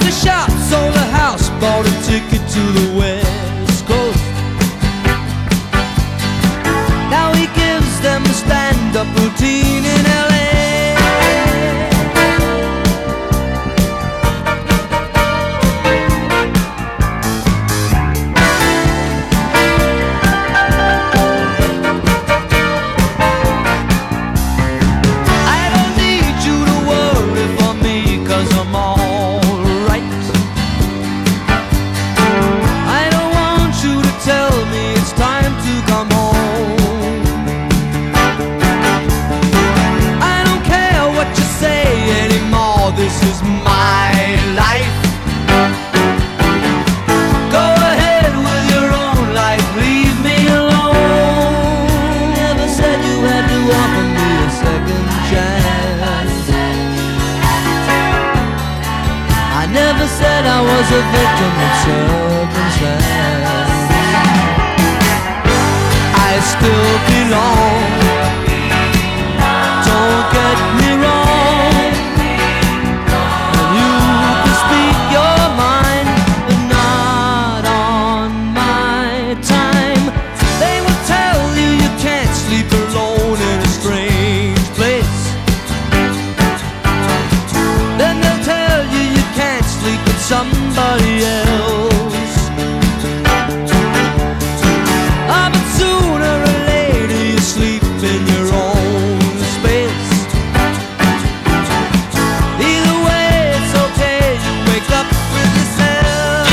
the shop, sold a house, bought a ticket to the West Coast. Now he gives them a stand-up routine in LA. This is my life. Go ahead with your own life, leave me alone. Never said you had to offer me a second chance. I never said I was a victim of circumstance. I still belong. Don't get me wrong. Somebody else. But sooner or later you sleep in your own space. Either way it's okay, you wake up with yourself.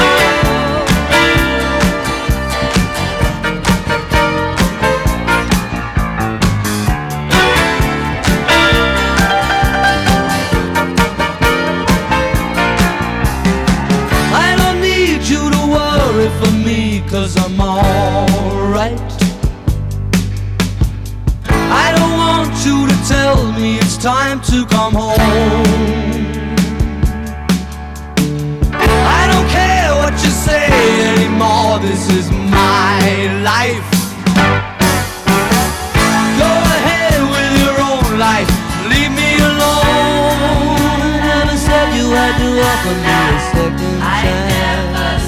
For me, 'cause I'm alright. I don't want you to tell me it's time to come home. I don't care what you say anymore, this is my life. Go ahead with your own life, leave me alone. I never said you had to offer me a second chance.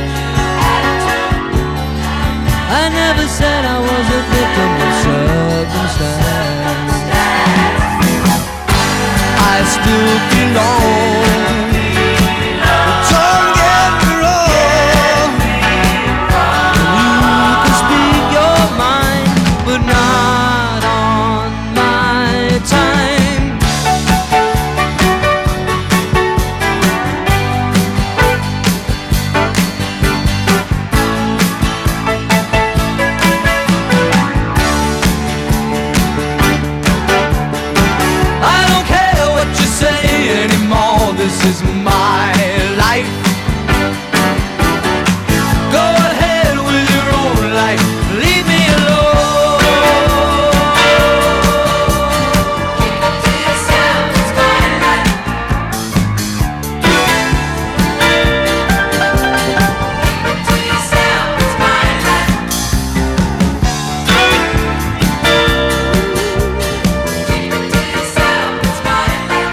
I never said I was a victim of circumstance. I still belong. Don't get me wrong. You can speak your mind, but not on my time. This is my life. Go ahead with your own life, leave me alone. Keep it to yourself, it's my life. Keep it to yourself, it's my life. Keep it to yourself, it's my life.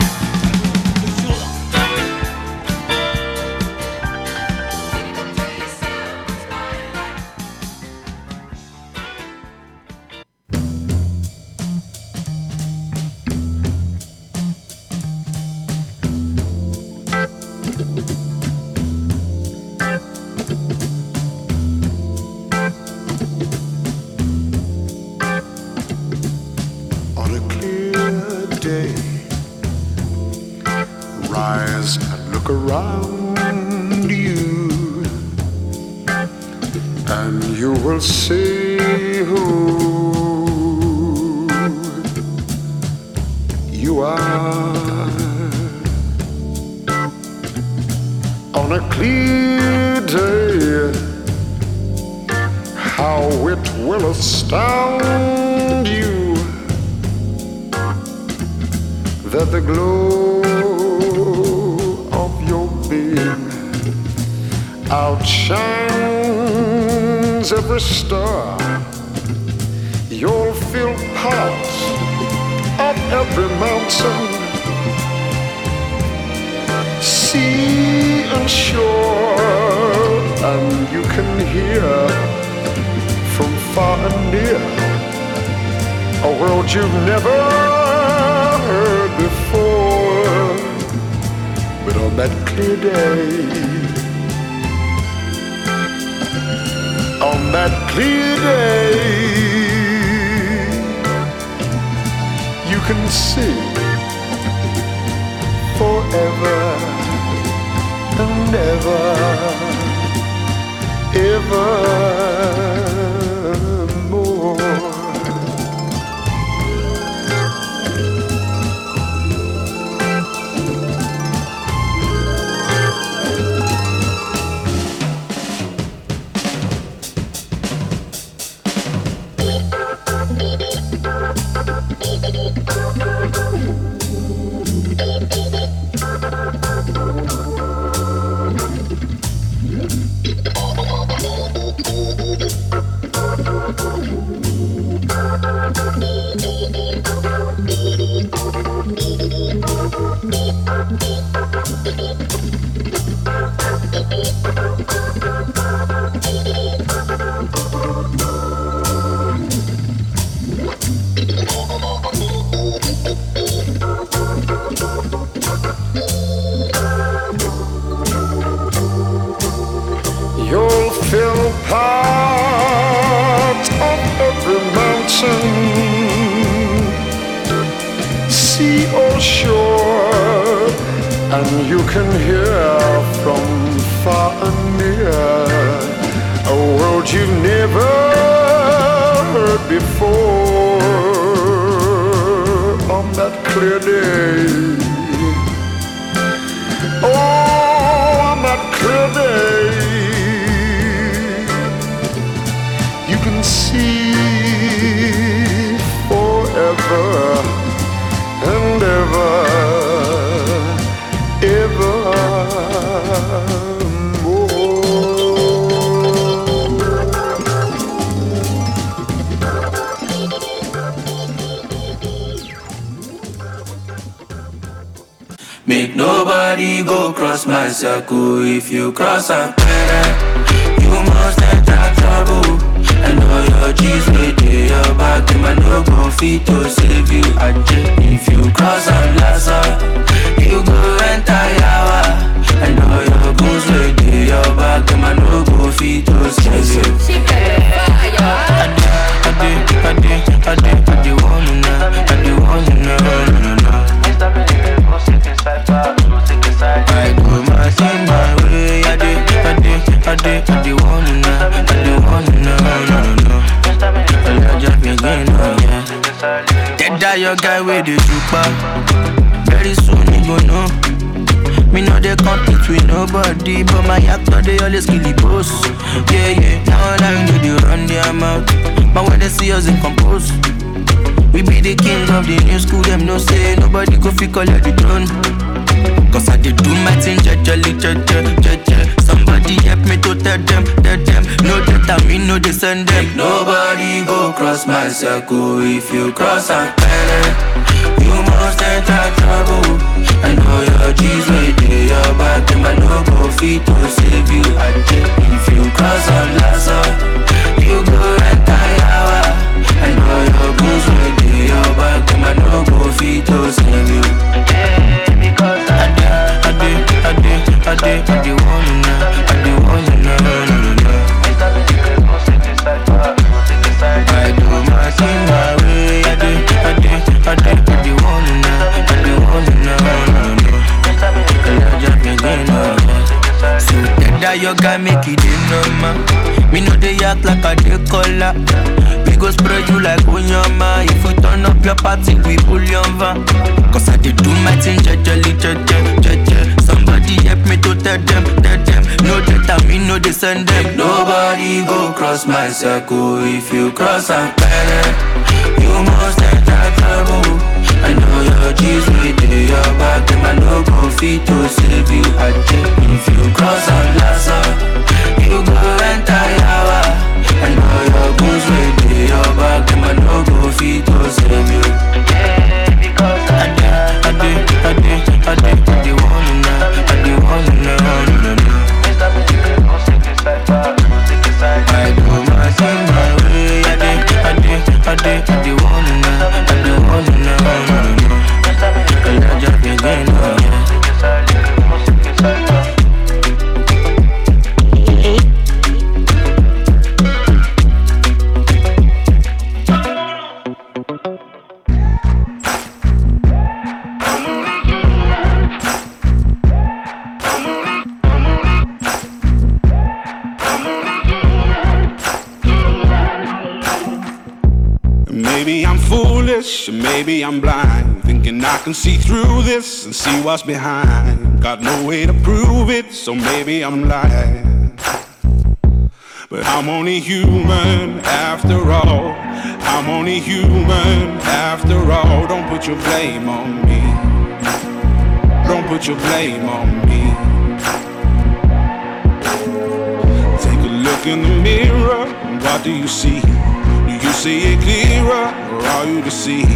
On a clear day, rise and look around you, and you will see who you are. On a clear day, how it will astound you that the glow of your being outshines every star. You'll feel part of every mountain, sea on shore, and you can hear from far and near a world you've never heard before. But on that clear day, on that clear day, you can see forever and ever, evermore. You'll feel part of every mountain, sea or shore, and you can hear from far and near a world you've never heard before. On that clear day, oh, on that clear day, you can see forever and ever, evermore. Make nobody go cross my circle. If you cross a planet, you must enter trouble. I know your G's with your back, them I no go fit to save you. If you cross a plaza, you go enter yawa. I know your goons with your back, them I no go fit to save you. I do wanna know. I do my thing my way. I do wanna know. I just begin, yeah. That your guy with the jupa. Very soon you gon' know. Me know they compete with nobody, but my actor they always kill the boss. Yeah. Now I know they run their mouth, but when they see us in compose, we be the king of the new school. Them no say nobody go fi collect the throne. Cause I did do my thing, judge. Somebody help me to tell them. No that I mean, no they send them. Nobody go cross my circle. If you cross a planet, you must enter trouble. I know your G's with your back, them I no go fit to save you. If you cross a plaza, you go enter yawa. I know your goons with your back, them I no go fit to save you. Because I do wanna know. I do my thing my way. I do wanna know. So that your guy make it in normal. Me know they act like a decola. We go spread you like onyama. If we turn up your party, we pull your van. Cause I did do my thing, judge. Somebody help me to tell them. No that I mean, no they send them. Nobody go cross my circle. If you cross a planet, you must enter trouble. I know your G's with your back, them I no go fit to save you. If you cross a plaza, you go enter yawa. I know your goons with your back, them I no go fit to save you. Because I do wanna know. foolish, maybe I'm blind, thinking I can see through this and see what's behind. Got no way to prove it, so maybe I'm lying. But I'm only human after all. I'm only human after all. Don't put your blame on me. Don't put your blame on me. Take a look in the mirror, what do you see? Do you see it clearer, or are you deceived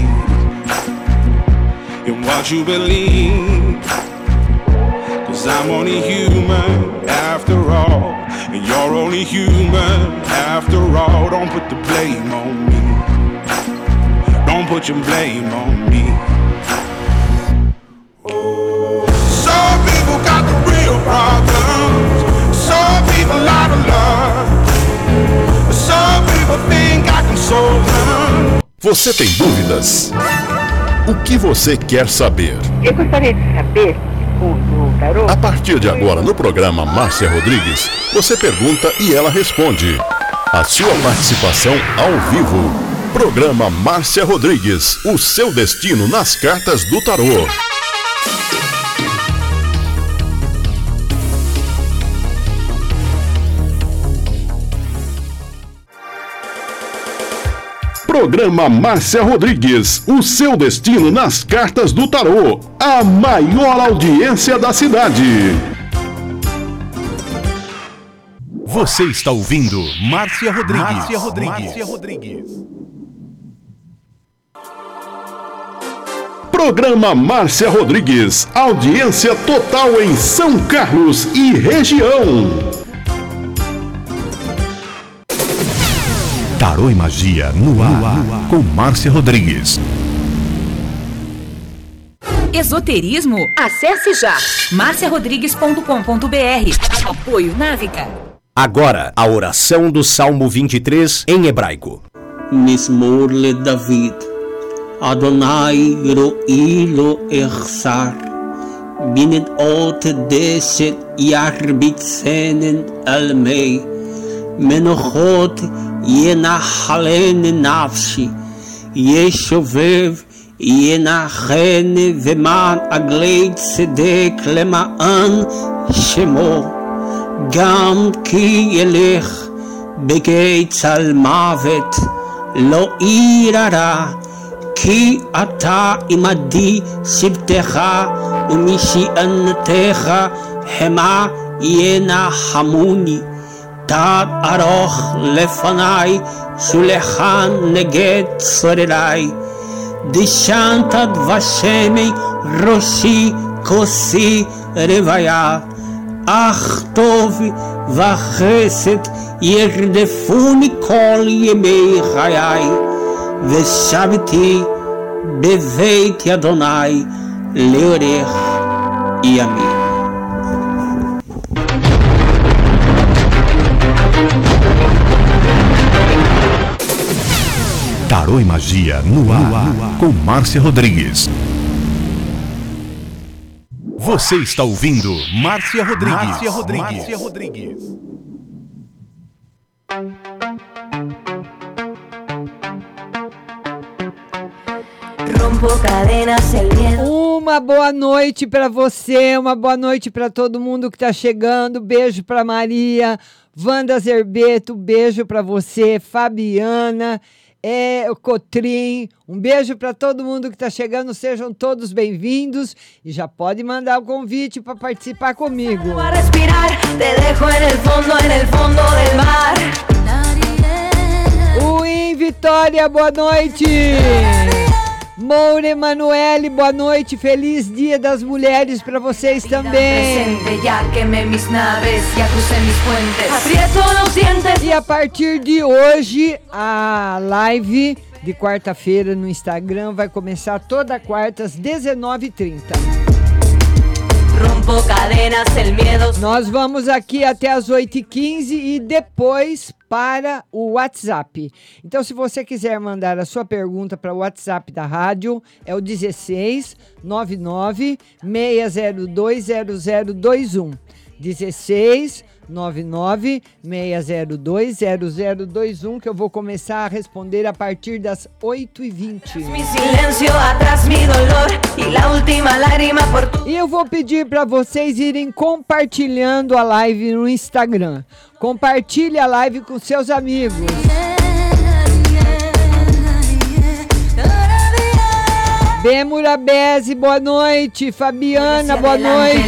in what you believe? 'Cause I'm only human after all, and you're only human after all. Don't put the blame on me. Don't put your blame on me. Some people got the real problems. Some people out of love. Some people think I can solve them. Você tem dúvidas? O que você quer saber? Eu gostaria de saber, o tarô... A partir de agora, no programa Márcia Rodrigues, você pergunta e ela responde. A sua participação ao vivo. Programa Márcia Rodrigues, o seu destino nas cartas do tarô. Programa Márcia Rodrigues, o seu destino nas cartas do tarô. A maior audiência da cidade. Você está ouvindo Márcia Rodrigues. Márcia Rodrigues. Márcia Rodrigues. Programa Márcia Rodrigues, audiência total em São Carlos e região. Tarô e Magia no ar, com Márcia Rodrigues. Esoterismo? Acesse já marciarodrigues.com.br. Apoio Návica. Agora, a oração do Salmo 23 em hebraico. Mismor le David. Adonai ro'i lo echsar. Binet ot deset yarbitzenen almei. Menochot ינחלני נפשי, ישובב ינחני ומען עגלי צדק למען שמו, גם כי ילך בגיא צל מוות לא ירא, כי אתה עמדי שבטך ומשענתך המה ינחמוני. תד ארוך לפניי, שולחן נגד צורריי. דשנת ושמי ראשי כוסי רוויה. אך טוב וחסד ירדפוני כל ימי חיי. ושבתי בבית אדוני לאורך ימים. Tarô e Magia no ar, com Márcia Rodrigues. Você está ouvindo Márcia Rodrigues. Márcia Rodrigues. Márcia Rodrigues. Uma boa noite para você, uma boa noite para todo mundo que está chegando. Beijo para Maria, Wanda Zerbeto, beijo para você, Fabiana, o Cotrim, um beijo para todo mundo que está chegando, sejam todos bem-vindos e já pode mandar o convite para participar comigo. Uim Vitória, boa noite. Moura Emanuele, boa noite, feliz Dia das Mulheres para vocês também. E a partir de hoje, a live de quarta-feira no Instagram vai começar toda quarta às 19h30. Nós vamos aqui até as 8h15 e depois para o WhatsApp. Então, se você quiser mandar a sua pergunta para o WhatsApp da rádio, é o 16 99 602 0021. 16 996020021, que eu vou começar a responder a partir das 8h20. E eu vou pedir para vocês irem compartilhando a live no Instagram. Compartilhe a live com seus amigos. Bêmura Beze, boa noite. Fabiana, boa noite.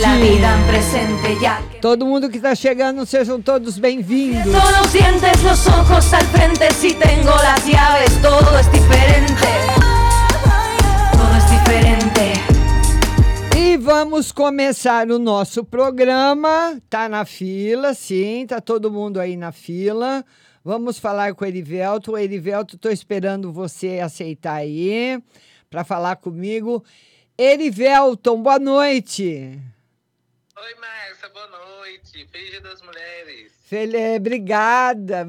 Todo mundo que está chegando, sejam todos bem-vindos. Todos sientes los ojos al frente, si tengo las llaves, todo es diferente. Todo es diferente. E vamos começar o nosso programa. Tá na fila, sim, tá todo mundo aí na fila. Vamos falar com o Erivelto. Erivelto, tô esperando você aceitar aí para falar comigo. Erivelton, boa noite. Oi, Márcia, boa noite. Feliz Dia das Mulheres. Obrigada.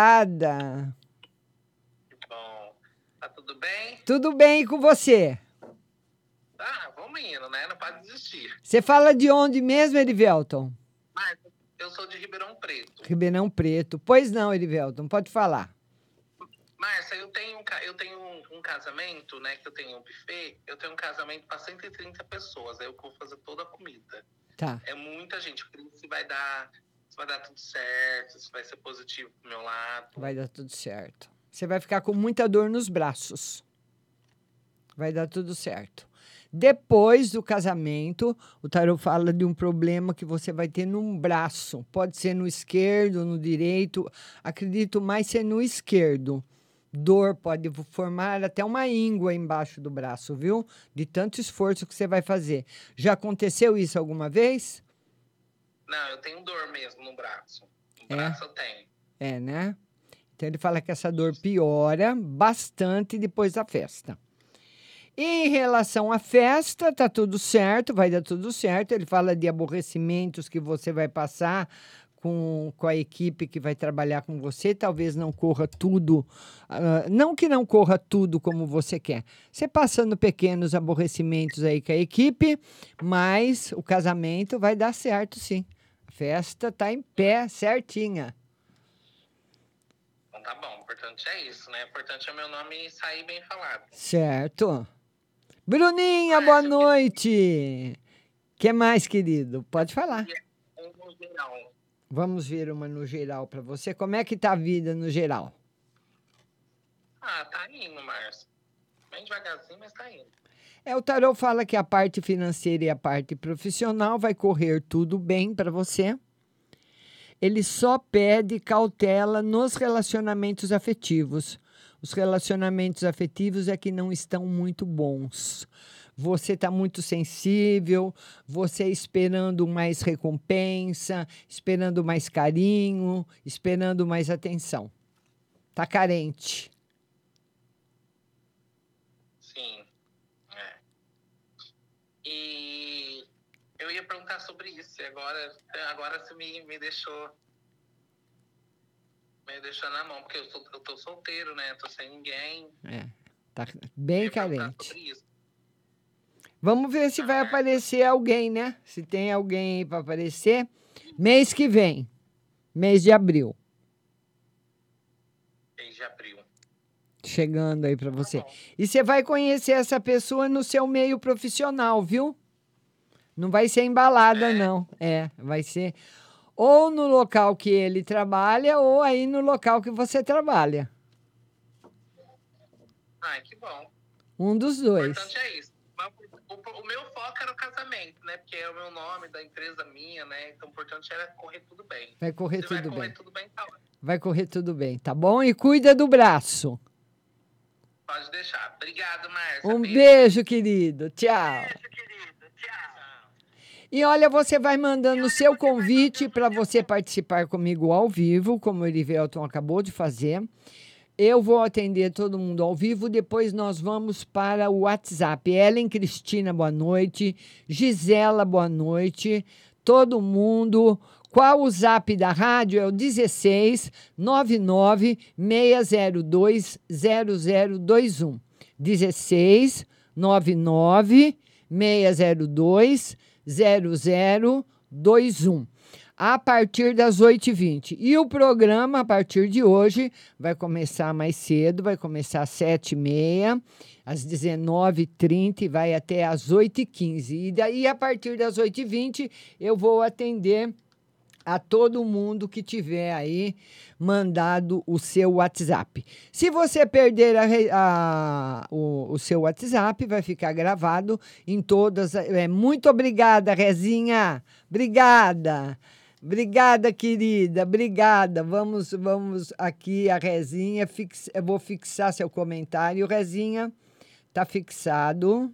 Que bom. Tá tudo bem? Tudo bem com você? Ah, vamos indo, né? Não pode desistir. Você fala de onde mesmo, Erivelton? Márcia, eu sou de Ribeirão Preto. Ribeirão Preto. Pois não, Erivelton, pode falar. Márcia, eu tenho um casamento, né? Que eu tenho um buffet. Eu tenho um casamento para 130 pessoas. Aí eu vou fazer toda a comida. Tá. É muita gente. Eu queria se vai dar tudo certo, se vai ser positivo pro meu lado. Vai dar tudo certo. Você vai ficar com muita dor nos braços. Vai dar tudo certo. Depois do casamento, o tarot fala de um problema que você vai ter num braço. Pode ser no esquerdo, no direito. Acredito mais ser no esquerdo. Dor pode formar até uma íngua embaixo do braço, viu? De tanto esforço que você vai fazer. Já aconteceu isso alguma vez? Não, eu tenho dor mesmo no braço. No braço eu tenho. É, né? Então ele fala que essa dor piora bastante depois da festa. Em relação à festa, tá tudo certo, vai dar tudo certo. Ele fala de aborrecimentos que você vai passar com a equipe que vai trabalhar com você. Talvez não corra tudo, não que não corra tudo como você quer. Você passando pequenos aborrecimentos aí com a equipe, mas o casamento vai dar certo, sim. A festa tá em pé, certinha. Então tá bom, o importante é isso, né? O importante é o meu nome sair bem falado. Certo. Bruninha, boa noite. O que mais, querido? Pode falar. No geral. Vamos ver uma no geral para você. Como é que tá a vida no geral? Ah, tá indo, Márcio. Bem devagarzinho, mas tá indo. O tarot fala que a parte financeira e a parte profissional vai correr tudo bem para você. Ele só pede cautela nos relacionamentos afetivos. Os relacionamentos afetivos é que não estão muito bons. Você está muito sensível, você esperando mais recompensa, esperando mais carinho, esperando mais atenção. Está carente. Sim. E eu ia perguntar sobre isso. E agora você me deixou na mão, porque eu tô solteiro, né? Tô sem ninguém. Tá bem carente. Vamos ver se vai aparecer alguém, né? Se tem alguém aí para aparecer. Mês que vem. Mês de abril. Mês de abril. Chegando aí para você. E você vai conhecer essa pessoa no seu meio profissional, viu? Não vai ser embalada, não. Vai ser ou no local que ele trabalha ou aí no local que você trabalha. Ai, que bom. Um dos dois. O importante é isso. O meu foco era o casamento, né? Porque é o meu nome da empresa minha, né? Então o importante era correr tudo bem. Vai correr tudo bem. Vai correr tudo bem, tá ótimo. Vai correr tudo bem, tá bom? E cuida do braço. Pode deixar. Obrigado, Márcia. Um beijo, querido. Tchau. E olha, você vai mandando o seu convite para você participar comigo ao vivo, como o Erivelton acabou de fazer. Eu vou atender todo mundo ao vivo, depois nós vamos para o WhatsApp. Ellen Cristina, boa noite. Gisela, boa noite. Todo mundo. Qual o zap da rádio? É o 16 99 602 0021. 16 99 602 0021. a partir das 8h20. E o programa, a partir de hoje, vai começar mais cedo, vai começar às 7h30, às 19h30 e vai até às 8h15. E daí, a partir das 8h20, eu vou atender a todo mundo que tiver aí mandado o seu WhatsApp. Se você perder o seu WhatsApp, vai ficar gravado em todas. Muito obrigada, Rezinha. Obrigada, querida. Obrigada. Vamos aqui, a Rezinha. Eu vou fixar seu comentário. Rezinha, tá fixado.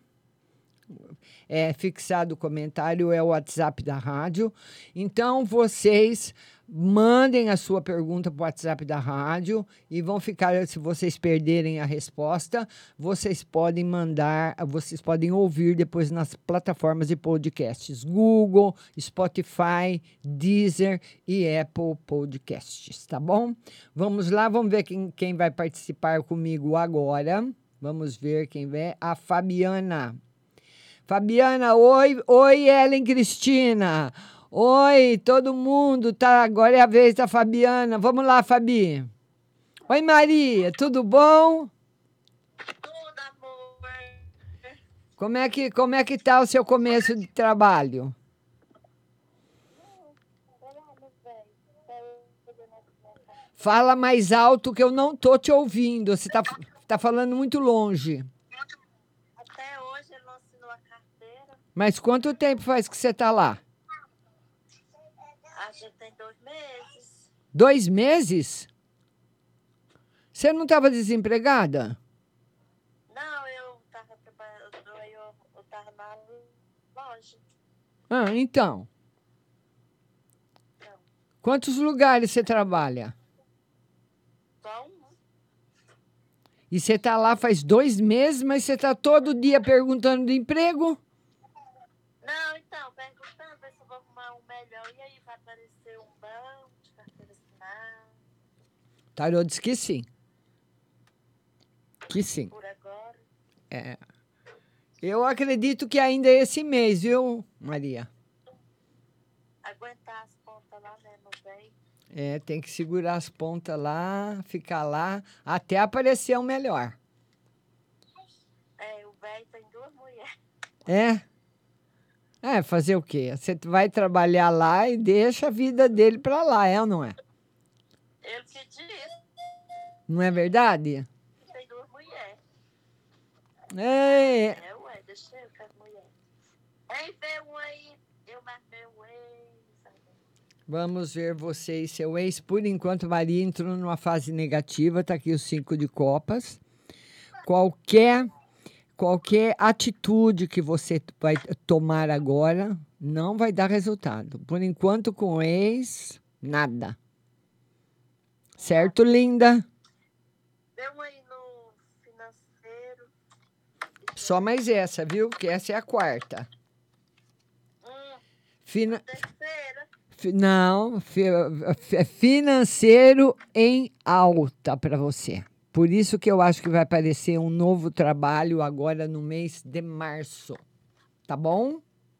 Fixado o comentário, é o WhatsApp da rádio. Então, vocês mandem a sua pergunta para o WhatsApp da rádio e vão ficar, se vocês perderem a resposta, vocês podem ouvir depois nas plataformas de podcasts, Google, Spotify, Deezer e Apple Podcasts, tá bom? Vamos lá, vamos ver quem vai participar comigo agora. Vamos ver quem vai. A Fabiana. Fabiana, oi, Ellen Cristina. Oi, todo mundo, tá? Agora é a vez da Fabiana. Vamos lá, Fabi. Oi, Maria, tudo bom? Tudo, amor. Como é que tá o seu começo de trabalho? Fala mais alto que eu não tô te ouvindo. Você tá falando muito longe. Até hoje ele não assinou a carteira. Mas quanto tempo faz que você tá lá? A gente tem 2 meses. 2 meses? Você não estava desempregada? Não, eu estava trabalhando, eu estava na loja. Ah, então. Não. Quantos lugares você trabalha? Só um. E você tá lá faz 2 meses, mas você tá todo dia perguntando de emprego? Não, então, perguntando se eu vou arrumar um melhor. E aí vai aparecer um banco de carteira assinada. Tarô diz que sim. Que sim. Por agora. Eu acredito que ainda é esse mês, viu, Maria? Aguentar as pontas lá, né, no bem. Tem que segurar as pontas lá, ficar lá, até aparecer um melhor. O velho tem 2 mulheres. Fazer o quê? Você vai trabalhar lá e deixa a vida dele pra lá, ou não é? Ele que diz. Não é verdade? Tem 2 mulheres. É. Ué, deixa eu com as mulheres. Vê um aí, eu marquei um ex. Vamos ver você e seu ex. Por enquanto, Maria entrou numa fase negativa. Tá aqui o 5 de copas. Qualquer atitude que você vai tomar agora não vai dar resultado. Por enquanto, com o ex, nada. Certo, linda? Deu aí no financeiro. Só mais essa, viu? Que essa é a quarta. Terceira. Não, financeiro em alta para você. Por isso que eu acho que vai aparecer um novo trabalho agora no mês de março. Tá bom?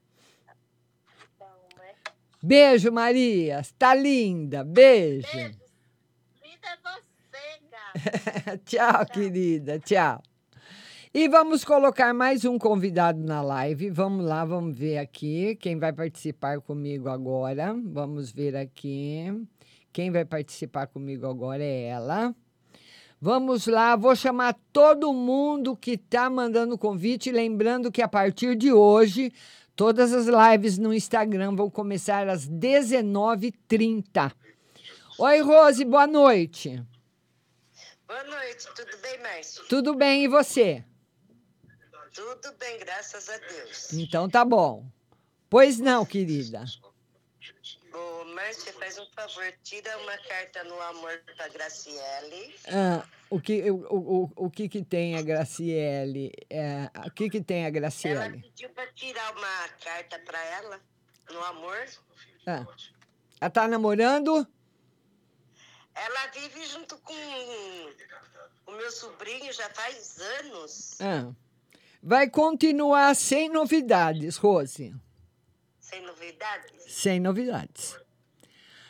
Beijo, Maria. Tá linda. Beijo. Beijo. Linda é você, gata. Tchau, querida. Tchau. E vamos colocar mais um convidado na live. Vamos lá, vamos ver aqui quem vai participar comigo agora. Vamos ver aqui. Quem vai participar comigo agora é ela. Vamos lá, vou chamar todo mundo que está mandando convite, lembrando que a partir de hoje, todas as lives no Instagram vão começar às 19h30. Oi, Rose, boa noite. Boa noite, tudo bem, Márcia? Tudo bem, e você? Tudo bem, graças a Deus. Então tá bom. Pois não, querida. Ô, Márcia, faz um favor, tira uma carta no amor para Graciele. O que tem a Graciele? O que tem a Graciele? Ela pediu para tirar uma carta para ela, no amor. Ela tá namorando? Ela vive junto com o meu sobrinho já faz anos. Vai continuar sem novidades, Rose. Sem novidades? Sem novidades.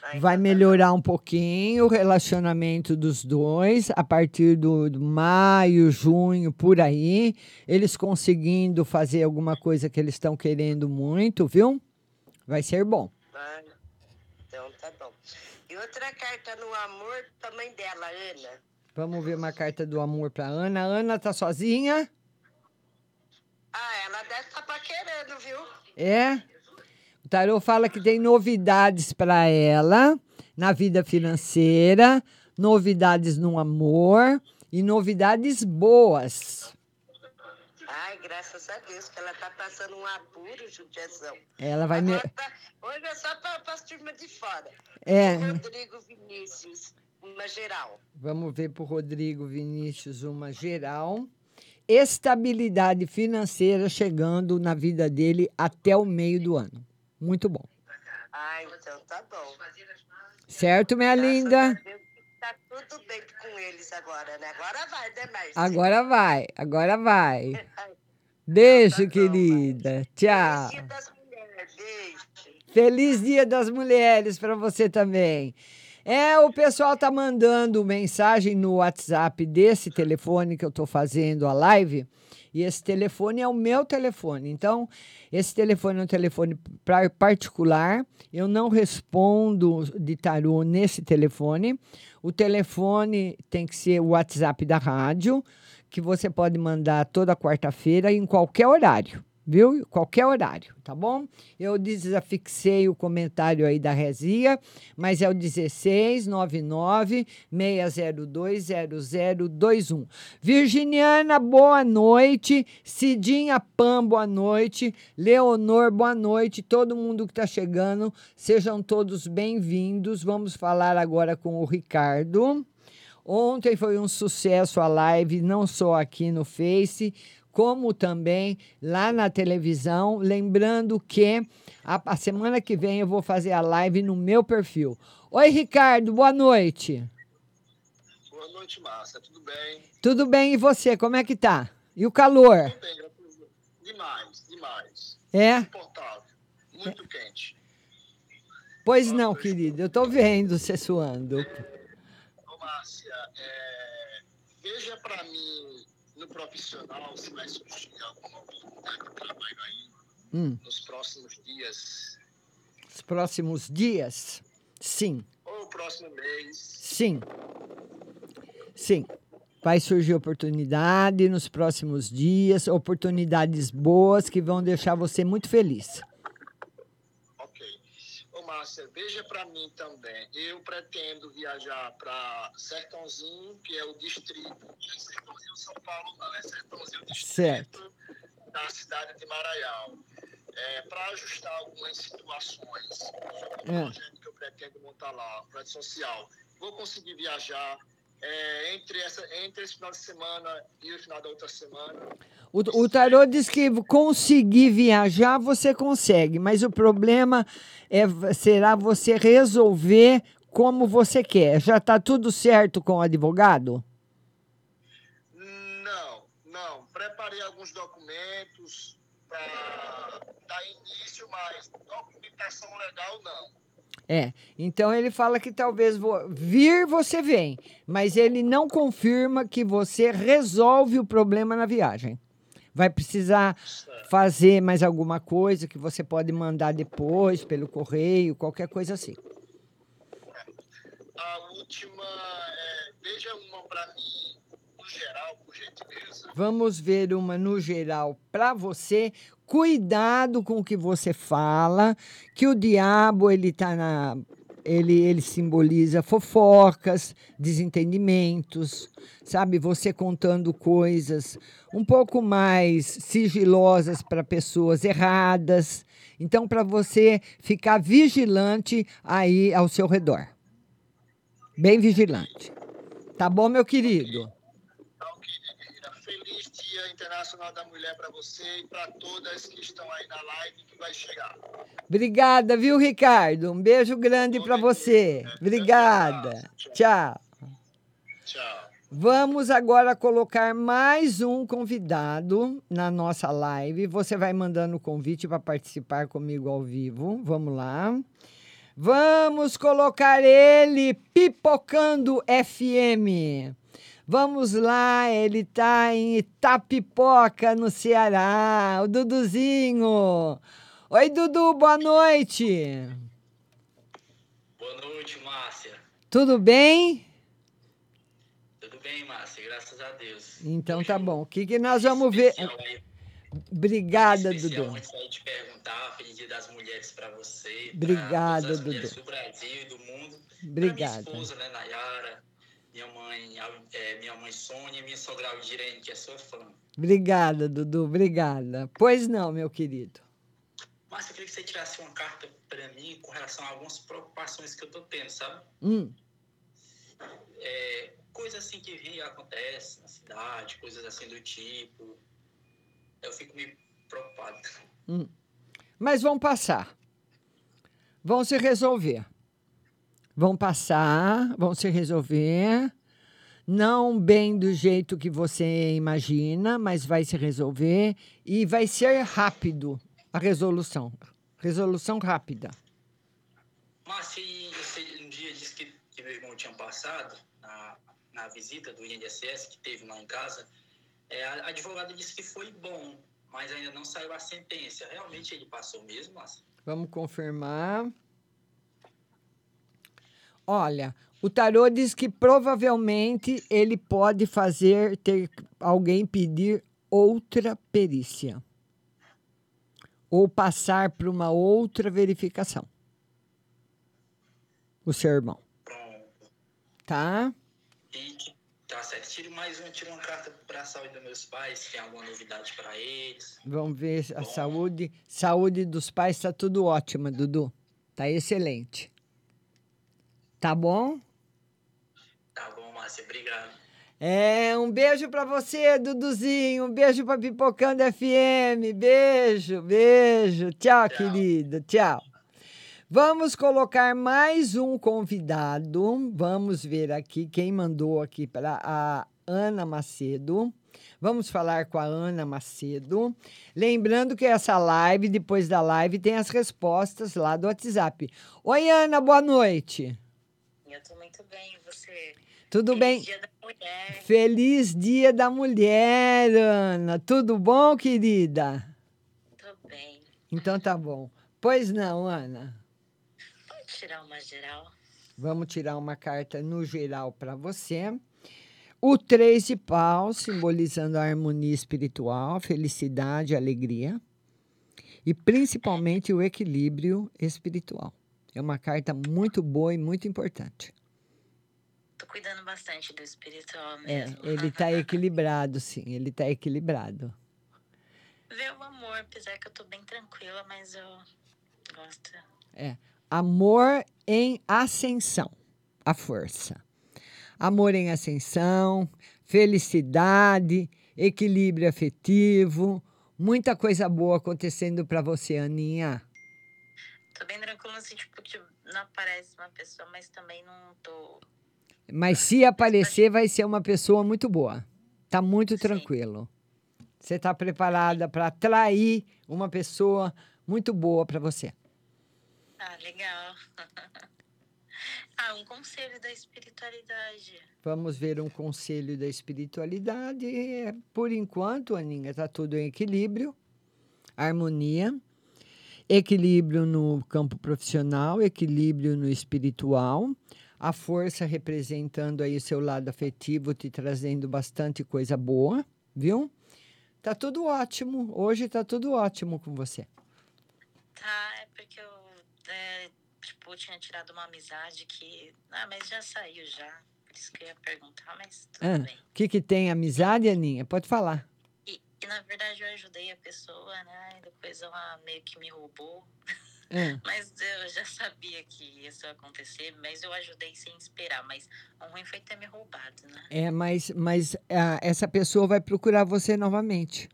Vai melhorar um pouquinho o relacionamento dos dois a partir do maio, junho, por aí. Eles conseguindo fazer alguma coisa que eles estão querendo muito, viu? Vai ser bom. Então tá bom. E outra carta no amor também dela, Ana. Vamos ver uma carta do amor para Ana. Ana tá sozinha? Ela deve estar paquerando, viu? É? O tarô fala que tem novidades para ela na vida financeira, novidades no amor e novidades boas. Ai, graças a Deus, que ela tá passando um apuro, judiação. Ela vai... Hoje é só para as turmas de fora. É. Rodrigo Vinícius, uma geral. Vamos ver para o Rodrigo Vinícius uma geral. Estabilidade financeira chegando na vida dele até o meio do ano. Muito bom. Então tá bom. Certo, minha linda? Tá tudo bem com eles agora, né? Agora vai, né, Márcia? Agora vai. Beijo, querida. Tchau. Feliz Dia das Mulheres. Beijo. Feliz Dia das Mulheres para você também. O pessoal tá mandando mensagem no WhatsApp desse telefone que eu tô fazendo a live. E esse telefone é o meu telefone. Então, esse telefone é um telefone particular. Eu não respondo de tarô nesse telefone. O telefone tem que ser o WhatsApp da rádio, que você pode mandar toda quarta-feira em qualquer horário. Viu? Qualquer horário, tá bom? Eu desafixei o comentário aí da Rezia, mas é o 1699-602-0021. Virginiana, boa noite. Cidinha Pam, boa noite. Leonor, boa noite. Todo mundo que está chegando, sejam todos bem-vindos. Vamos falar agora com o Ricardo. Ontem foi um sucesso a live, não só aqui no Face, como também lá na televisão. Lembrando que a semana que vem eu vou fazer a live no meu perfil. Oi, Ricardo, boa noite. Boa noite, Márcia. Tudo bem? Tudo bem, e você? Como é que tá? E o calor? Tudo bem, graças a Deus. Demais. É? Insuportável. Muito quente. Pois não, querido. Eu tô vendo você suando. Ô, Márcia, veja para mim no profissional se vai surgir alguma oportunidade de trabalho aí nos próximos dias. Os próximos dias? Sim. Ou o próximo mês? Sim. Vai surgir oportunidade nos próximos dias, oportunidades boas que vão deixar você muito feliz. Ok. Ô, Márcia, veja para mim também. Eu pretendo viajar para Sertãozinho, que é o distrito. Sertãozinho São Paulo, não, é Sertãozinho distrito da cidade de Maraial. Para ajustar algumas situações sobre o projeto que eu pretendo montar lá, um projeto social. Vou conseguir viajar entre esse final de semana e o final da outra semana. O tarô diz que conseguir viajar você consegue, mas o problema será você resolver como você quer. Já está tudo certo com o advogado? Não. Preparei alguns documentos para dar início, mas documentação legal não. Então ele fala que talvez vir você vem, mas ele não confirma que você resolve o problema na viagem. Vai precisar fazer mais alguma coisa que você pode mandar depois pelo correio, qualquer coisa assim. A última, veja uma para mim no geral, por gentileza. Vamos ver uma no geral para você. Cuidado com o que você fala, que o diabo ele simboliza fofocas, desentendimentos, sabe? Você contando coisas um pouco mais sigilosas para pessoas erradas. Então, para você ficar vigilante aí ao seu redor. Bem vigilante. Tá bom, meu querido? Feliz Dia Internacional da Mulher para você e para todas que estão aí na live que vai chegar. Obrigada, viu, Ricardo? Um beijo grande para você. Obrigada. Tchau. Vamos agora colocar mais um convidado na nossa live. Você vai mandando o convite para participar comigo ao vivo. Vamos lá. Vamos colocar ele Pipocando FM. Vamos lá, ele tá em Itapipoca, no Ceará. O Duduzinho. Oi, Dudu, boa noite. Boa noite, Márcia. Tudo bem? Tudo bem, Márcia, graças a Deus. Então tá bom. O que nós vamos ver? Obrigada, Dudu. Antes de te perguntar, feliz Dia das Mulheres para você. Obrigada, todas as mulheres Dudu. do Brasil e do mundo. Obrigada. Pra minha esposa, né, Nayara, minha mãe Sônia e minha sogra Aldirene, que é sua fã. Obrigada, Dudu, obrigada. Pois não, meu querido. Márcia, eu queria que você tirasse uma carta para mim com relação a algumas preocupações que eu tô tendo, sabe? Coisas assim que vêm e acontecem na cidade, coisas assim do tipo. Eu fico meio preocupado. Mas vão passar. Vão se resolver. Vão passar, vão se resolver. Não bem do jeito que você imagina, mas vai se resolver e vai ser rápido a resolução. Resolução rápida. Márcia, você um dia disse que meu irmão tinha passado na visita do INSS que teve lá em casa. A advogada disse que foi bom, mas ainda não saiu a sentença. Realmente ele passou mesmo, Márcia? Vamos confirmar. Olha, o tarô diz que provavelmente ele pode ter alguém pedir outra perícia. Ou passar por uma outra verificação. O seu irmão. Pronto. Tá? Tá certo. Tira uma carta para a saúde dos meus pais, tem alguma novidade para eles. Vamos ver a saúde. Saúde dos pais está tudo ótima, Dudu. Tá excelente. Tá bom? Tá bom, Márcia. Obrigado. Um beijo para você, Duduzinho. Um beijo para Pipocando FM. Beijo, beijo. Tchau, querido. Tchau. Vamos colocar mais um convidado. Vamos ver aqui quem mandou aqui para a Ana Macedo. Vamos falar com a Ana Macedo. Lembrando que essa live, depois da live, tem as respostas lá do WhatsApp. Oi, Ana, boa noite. Eu tô muito bem, e você? Tudo bem? Feliz Dia da Mulher. Feliz Dia da Mulher, Ana. Tudo bom, querida? Tô bem. Então tá bom. Pois não, Ana. Pode tirar uma geral? Vamos tirar uma carta no geral para você. O 3 de paus, simbolizando a harmonia espiritual, felicidade, alegria. E principalmente o equilíbrio espiritual. É uma carta muito boa e muito importante. Tô cuidando bastante do espiritual mesmo. Ele está equilibrado, sim. Ele está equilibrado. Vê o amor, apesar que eu tô bem tranquila, mas eu gosto. Amor em ascensão. A força. Amor em ascensão, felicidade, equilíbrio afetivo. Muita coisa boa acontecendo para você, Aninha. Tô bem tranquila, assim, tipo, não aparece uma pessoa, mas também não tô... Mas se aparecer, vai ser uma pessoa muito boa. Tá muito tranquilo. Você tá preparada para atrair uma pessoa muito boa para você. Ah, legal. Um conselho da espiritualidade. Vamos ver um conselho da espiritualidade. Por enquanto, Aninha, tá tudo em equilíbrio, harmonia. Equilíbrio no campo profissional, equilíbrio no espiritual, a força representando aí o seu lado afetivo, te trazendo bastante coisa boa, viu? Tá tudo ótimo, hoje tá tudo ótimo com você. Tá, é porque eu, tinha tirado uma amizade que... mas já saiu já, por isso que eu ia perguntar, mas tudo bem. O que tem amizade, Aninha? Pode falar. E, na verdade, eu ajudei a pessoa, né? E depois ela meio que me roubou. Mas eu já sabia que isso ia acontecer, mas eu ajudei sem esperar. Mas o ruim foi ter me roubado, né? Mas essa pessoa vai procurar você novamente.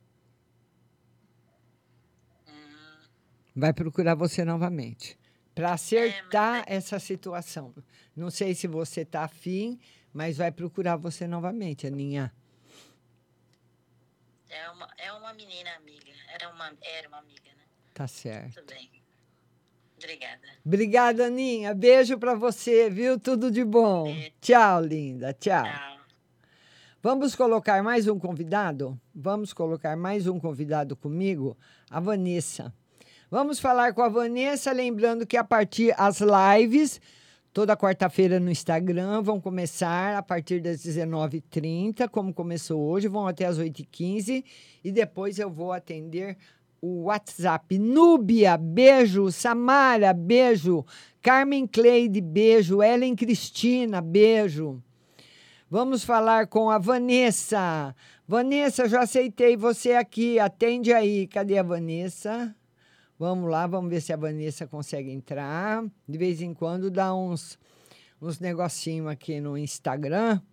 Vai procurar você novamente. Para acertar essa situação. Não sei se você tá afim, mas vai procurar você novamente, Aninha. É uma menina amiga. Era uma amiga, né? Tá certo. Tudo bem. Obrigada. Obrigada, Aninha. Beijo para você, viu? Tudo de bom. Tchau, linda. Tchau. Vamos colocar mais um convidado? Vamos colocar mais um convidado comigo? A Vanessa. Vamos falar com a Vanessa, lembrando que a partir as lives, toda quarta-feira no Instagram, vão começar a partir das 19h30, como começou hoje, vão até as 8h15, e depois eu vou atender o WhatsApp. Núbia, beijo. Samara, beijo. Carmen Cleide, beijo. Ellen Cristina, beijo. Vamos falar com a Vanessa. Vanessa, já aceitei você aqui, atende aí. Cadê a Vanessa? Vamos lá, vamos ver se a Vanessa consegue entrar. De vez em quando dá uns negocinhos aqui no Instagram.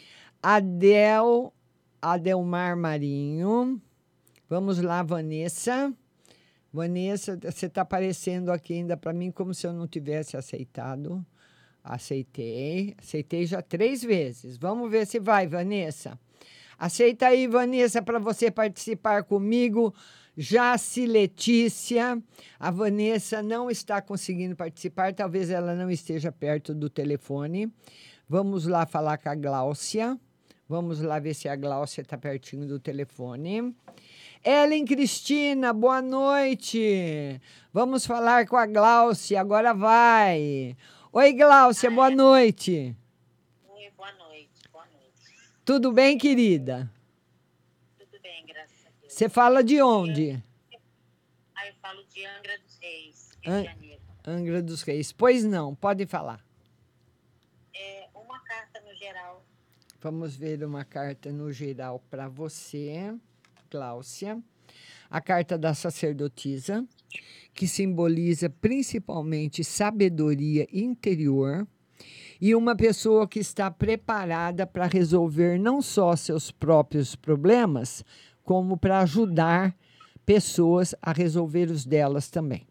Adelmar Marinho. Vamos lá, Vanessa. Vanessa, você está aparecendo aqui ainda para mim como se eu não tivesse aceitado. Aceitei já 3 vezes. Vamos ver se vai, Vanessa. Aceita aí, Vanessa, para você participar comigo. Jaci Letícia. A Vanessa não está conseguindo participar, talvez ela não esteja perto do telefone. Vamos lá falar com a Gláucia. Vamos lá ver se a Gláucia está pertinho do telefone. Ellen Cristina, boa noite. Vamos falar com a Gláucia, agora vai. Oi, Gláucia, boa noite. Oi, boa noite. Tudo bem, querida? Tudo bem, graças a Deus. Você fala de onde? Eu falo de Angra dos Reis, Rio de Janeiro. Angra dos Reis. Pois não, pode falar. Uma carta no geral. Vamos ver uma carta no geral para você, Gláucia. A carta da sacerdotisa, que simboliza principalmente sabedoria interior e uma pessoa que está preparada para resolver não só seus próprios problemas, como para ajudar pessoas a resolver os delas também.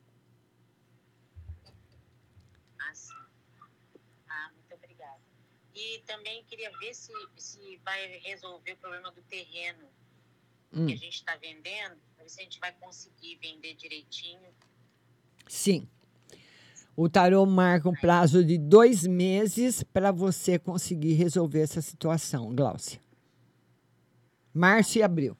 Muito obrigada. E também queria ver se vai resolver o problema do terreno que a gente está vendendo, para ver se a gente vai conseguir vender direitinho. Sim. O tarô marca um prazo de 2 meses para você conseguir resolver essa situação, Gláucia. Março e abril.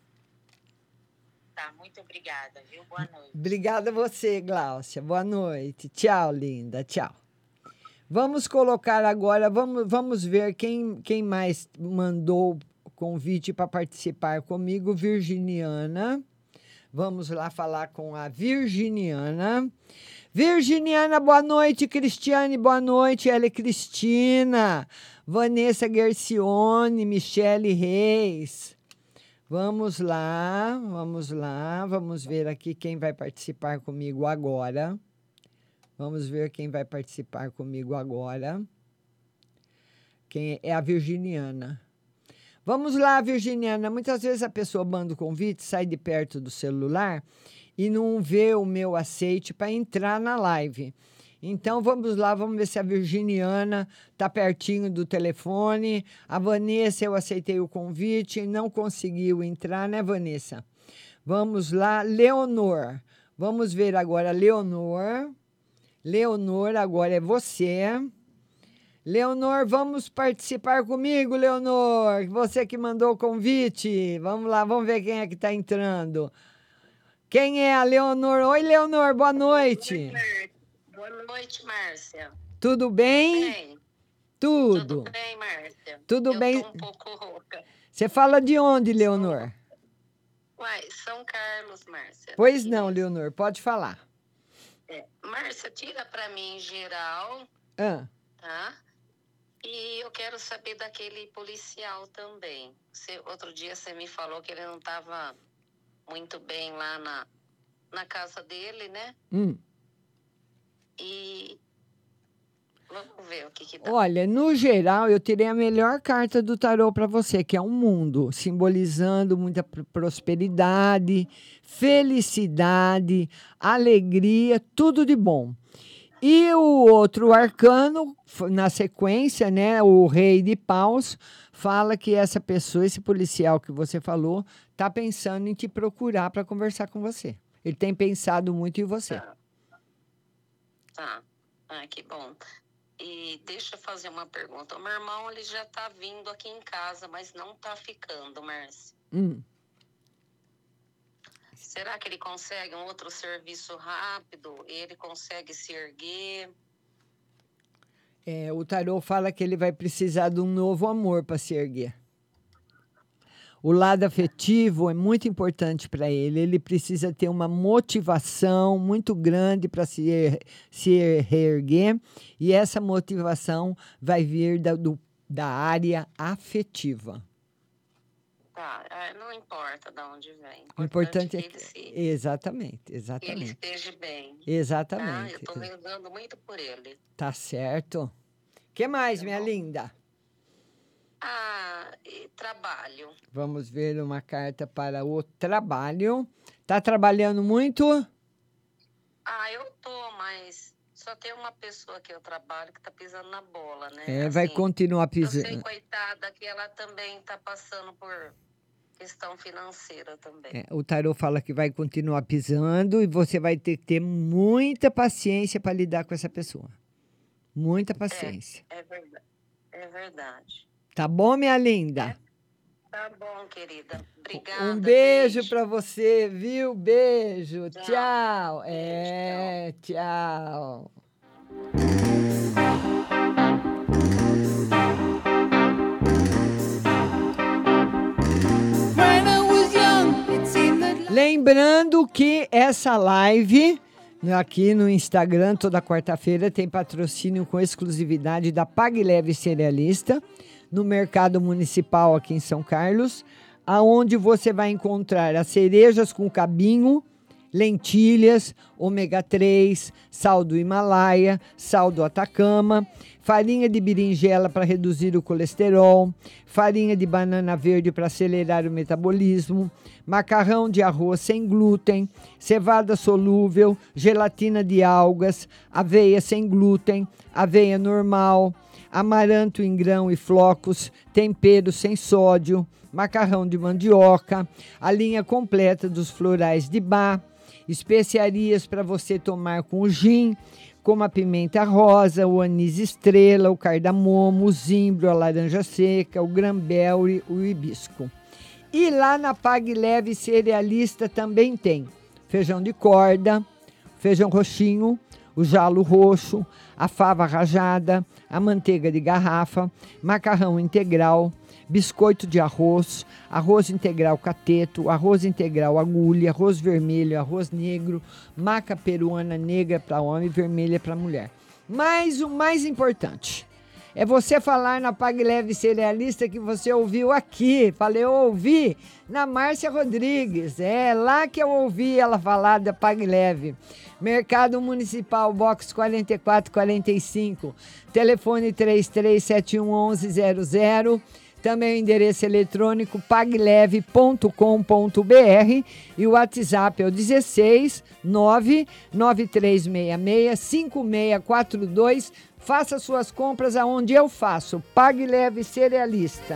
Tá, muito obrigada, viu? Boa noite. Obrigada a você, Gláucia. Boa noite. Tchau, linda. Tchau. Vamos colocar agora, vamos ver quem mais mandou convite para participar comigo. Virginiana. Vamos lá falar com a Virginiana. Virginiana, boa noite. Cristiane, boa noite. Ela é Cristina. Vanessa Gercione, Michele Reis. Vamos lá. Vamos ver aqui quem vai participar comigo agora. Vamos ver quem vai participar comigo agora. Quem é a Virginiana. Vamos lá, Virginiana. Muitas vezes a pessoa manda o convite, sai de perto do celular e não vê o meu aceite para entrar na live. Então, vamos lá, vamos ver se a Virginiana está pertinho do telefone. A Vanessa, eu aceitei o convite, não conseguiu entrar, né, Vanessa? Vamos lá, Leonor. Vamos ver agora, Leonor. Leonor, agora é você. Leonor, vamos participar comigo, Leonor. Você que mandou o convite. Vamos lá, vamos ver quem é que está entrando. Quem é a Leonor? Oi, Leonor, boa noite. Boa noite, Márcia. Tudo bem? Tudo. Tudo bem, Márcia. Tudo bem? Eu tô um pouco rouca. Você fala de onde, Leonor? Uai, São Carlos, Márcia. Pois não, Leonor, pode falar. Márcia, tira para mim em geral, tá? E eu quero saber daquele policial também. Outro dia você me falou que ele não estava muito bem lá na casa dele, né? E vamos ver o que dá. Olha, no geral, eu tirei a melhor carta do tarô para você, que é um mundo, simbolizando muita prosperidade, felicidade, alegria, tudo de bom. E o outro arcano, na sequência, né, o Rei de Paus, fala que essa pessoa, esse policial que você falou, está pensando em te procurar para conversar com você. Ele tem pensado muito em você. Tá. Ah, que bom. E deixa eu fazer uma pergunta. O meu irmão, ele já tá vindo aqui em casa, mas não tá ficando, Márcia. Será que ele consegue um outro serviço rápido? Ele consegue se erguer? O tarô fala que ele vai precisar de um novo amor para se erguer. O lado afetivo é muito importante para ele. Ele precisa ter uma motivação muito grande para se reerguer. E essa motivação vai vir da área afetiva. Tá, não importa de onde vem. O importante é que ele Exatamente. esteja bem. Exatamente. Eu estou rezando muito por ele. Tá certo. O que mais, minha linda? E trabalho. Vamos ver uma carta para o trabalho. Tá trabalhando muito? Eu tô, mas só tem uma pessoa que eu trabalho que tá pisando na bola, né? Vai continuar pisando. Eu sei, coitada, que ela também tá passando por questão financeira também. O tarô fala que vai continuar pisando e você vai ter que ter muita paciência para lidar com essa pessoa. Muita paciência. É verdade. É verdade. Tá bom, minha linda? Tá bom, querida. Obrigada. Um beijo para você, viu? Beijo. Tchau. Tchau. Lembrando que essa live aqui no Instagram, toda quarta-feira, tem patrocínio com exclusividade da Pague Leve Cerealista, no Mercado Municipal aqui em São Carlos, aonde você vai encontrar as cerejas com cabinho, lentilhas, ômega 3, sal do Himalaia, sal do Atacama, farinha de berinjela para reduzir o colesterol, farinha de banana verde para acelerar o metabolismo, macarrão de arroz sem glúten, cevada solúvel, gelatina de algas, aveia sem glúten, aveia normal, amaranto em grão e flocos, tempero sem sódio, macarrão de mandioca, a linha completa dos florais de Bach, especiarias para você tomar com o gin, como a pimenta rosa, o anis estrela, o cardamomo, o zimbro, a laranja seca, o granberry, o hibisco. E lá na Pague Leve Cerealista também tem feijão de corda, feijão roxinho, o jalo roxo, a fava rajada, a manteiga de garrafa, macarrão integral, biscoito de arroz, arroz integral cateto, arroz integral agulha, arroz vermelho, arroz negro, maca peruana negra para homem e vermelha para mulher. Mas o mais importante é você falar na Pague Leve Cerealista que você ouviu aqui. Falei, eu ouvi na Márcia Rodrigues. É lá que eu ouvi ela falar da Pague Leve. Mercado Municipal, box 4445, telefone 33711100. Também o endereço eletrônico pagleve.com.br e o WhatsApp é o 16 99366 5642. Faça suas compras aonde eu faço. Pague Leve Cerealista.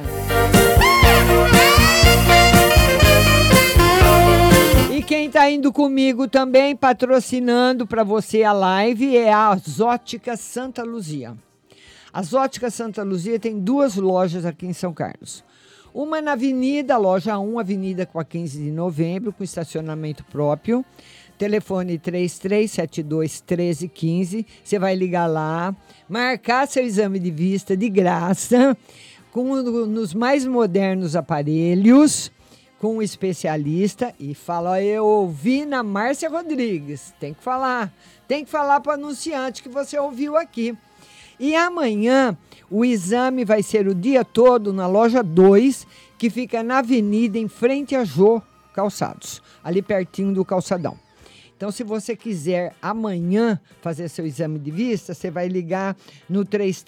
E quem está indo comigo também, patrocinando para você a live, é a Óticas Santa Luzia. As Óticas Santa Luzia tem 2 lojas aqui em São Carlos. Uma na Avenida, loja 1, Avenida com a 15 de novembro, com estacionamento próprio. Telefone 3372-1315. Você vai ligar lá, marcar seu exame de vista de graça, nos mais modernos aparelhos, com um especialista, e fala, eu ouvi na Márcia Rodrigues. Tem que falar para o anunciante que você ouviu aqui. E amanhã o exame vai ser o dia todo na loja 2, que fica na avenida em frente a Jô Calçados, ali pertinho do calçadão. Então, se você quiser amanhã fazer seu exame de vista, você vai ligar no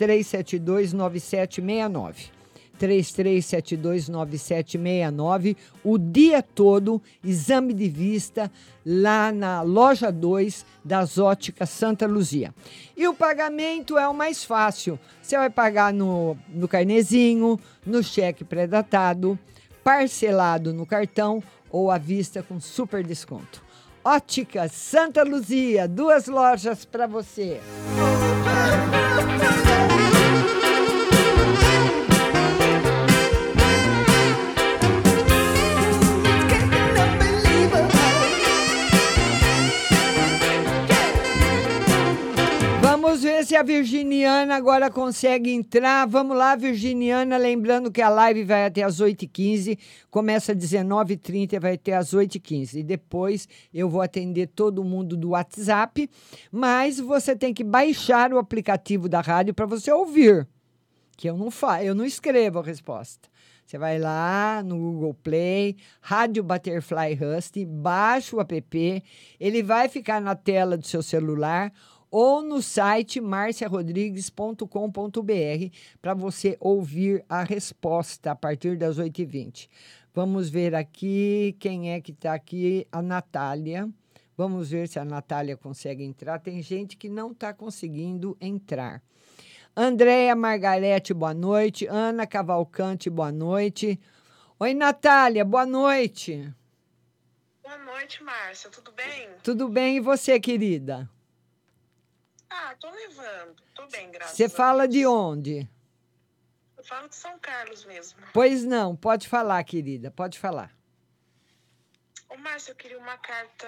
3372-9769. 3372-9769, o dia todo, exame de vista lá na loja 2 das Óticas Santa Luzia. E o pagamento é o mais fácil. Você vai pagar no carnezinho, no cheque pré-datado, parcelado no cartão ou à vista com super desconto. Óticas Santa Luzia, 2 lojas para você. Vamos ver se a Virginiana agora consegue entrar. Vamos lá, Virginiana. Lembrando que a live vai até às 8h15. Começa às 19h30 e vai até às 8h15. E depois eu vou atender todo mundo do WhatsApp. Mas você tem que baixar o aplicativo da rádio para você ouvir. Que eu não escrevo a resposta. Você vai lá no Google Play, Rádio Butterfly Husting, baixa o app. Ele vai ficar na tela do seu celular ou no site marciarodrigues.com.br para você ouvir a resposta a partir das 8h20. Vamos ver aqui quem é que está aqui. A Natália. Vamos ver se a Natália consegue entrar. Tem gente que não está conseguindo entrar. Andréia Margarete, boa noite. Ana Cavalcante, boa noite. Oi, Natália, boa noite. Boa noite, Márcia. Tudo bem? Tudo bem, e você, querida? Tô levando. Tô bem, graças a Você Deus. fala de onde? Eu falo de São Carlos mesmo. Pois não, pode falar, querida, pode falar. Ô, Márcia, eu queria uma carta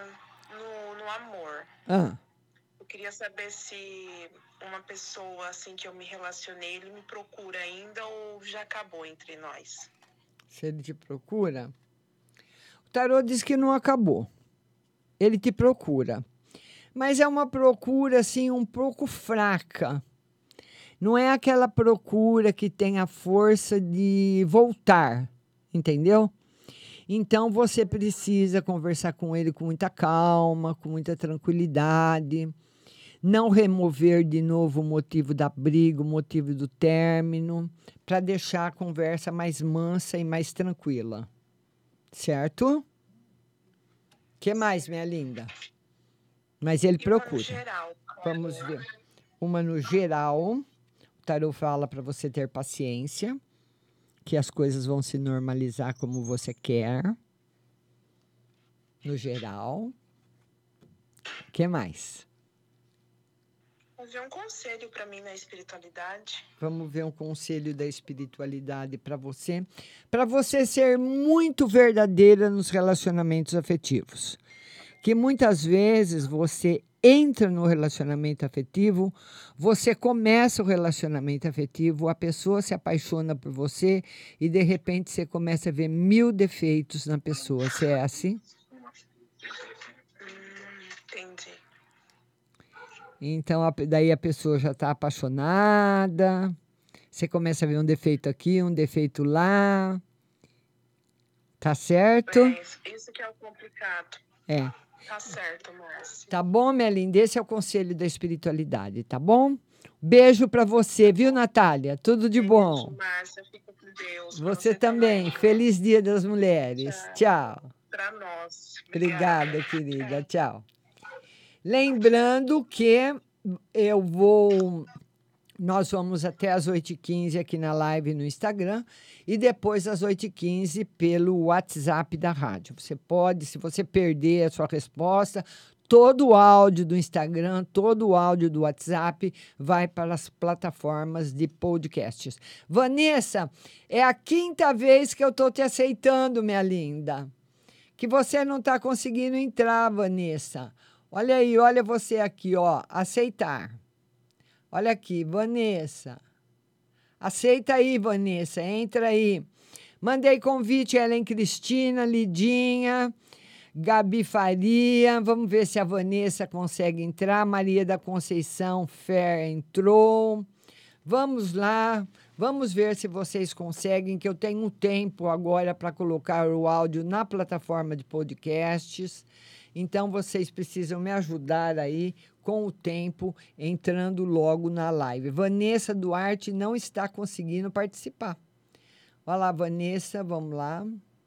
no amor. Eu queria saber se uma pessoa assim que eu me relacionei, ele me procura ainda ou já acabou entre nós? Se ele te procura? O tarô diz que não acabou. Ele te procura. Mas é uma procura, assim, um pouco fraca. Não é aquela procura que tem a força de voltar, entendeu? Então, você precisa conversar com ele com muita calma, com muita tranquilidade. Não remover de novo o motivo da briga, o motivo do término, para deixar a conversa mais mansa e mais tranquila. Certo? O que mais, minha linda? Mas ele procura. Uma no geral. Vamos ver. Uma no geral. O tarô fala para você ter paciência, que as coisas vão se normalizar como você quer. No geral. O que mais? Vamos ver um conselho para mim na espiritualidade. Vamos ver um conselho da espiritualidade para você. Para você ser muito verdadeira nos relacionamentos afetivos. Que muitas vezes você entra no relacionamento afetivo, você começa o relacionamento afetivo, a pessoa se apaixona por você e, de repente, você começa a ver 1000 defeitos na pessoa. Você é assim? Entendi. Então, daí a pessoa já está apaixonada, você começa a ver um defeito aqui, um defeito lá. Tá certo? Isso que é o complicado. É. Tá certo, Márcia. Tá bom, minha linda? Esse é o conselho da espiritualidade, tá bom? Beijo pra você, viu, Natália? Tudo de bom. Márcia, fica com Deus. Você também. Feliz Dia das Mulheres. Tchau. Pra nós. Obrigada, querida. Tchau. Lembrando que nós vamos até às 8h15 aqui na live no Instagram e depois às 8h15 pelo WhatsApp da rádio. Você pode, se você perder a sua resposta, todo o áudio do Instagram, todo o áudio do WhatsApp vai para as plataformas de podcasts. Vanessa, é a 5ª vez que eu estou te aceitando, minha linda. Que você não está conseguindo entrar, Vanessa. Olha aí, olha você aqui, ó, aceitar. Olha aqui, Vanessa. Aceita aí, Vanessa, entra aí. Mandei convite, Helen Cristina, Lidinha, Gabi Faria. Vamos ver se a Vanessa consegue entrar. Maria da Conceição Fer entrou. Vamos lá, vamos ver se vocês conseguem, que eu tenho um tempo agora para colocar o áudio na plataforma de podcasts. Então, vocês precisam me ajudar aí com o tempo, entrando logo na live. Vanessa Duarte não está conseguindo participar. Olha lá, Vanessa, vamos lá.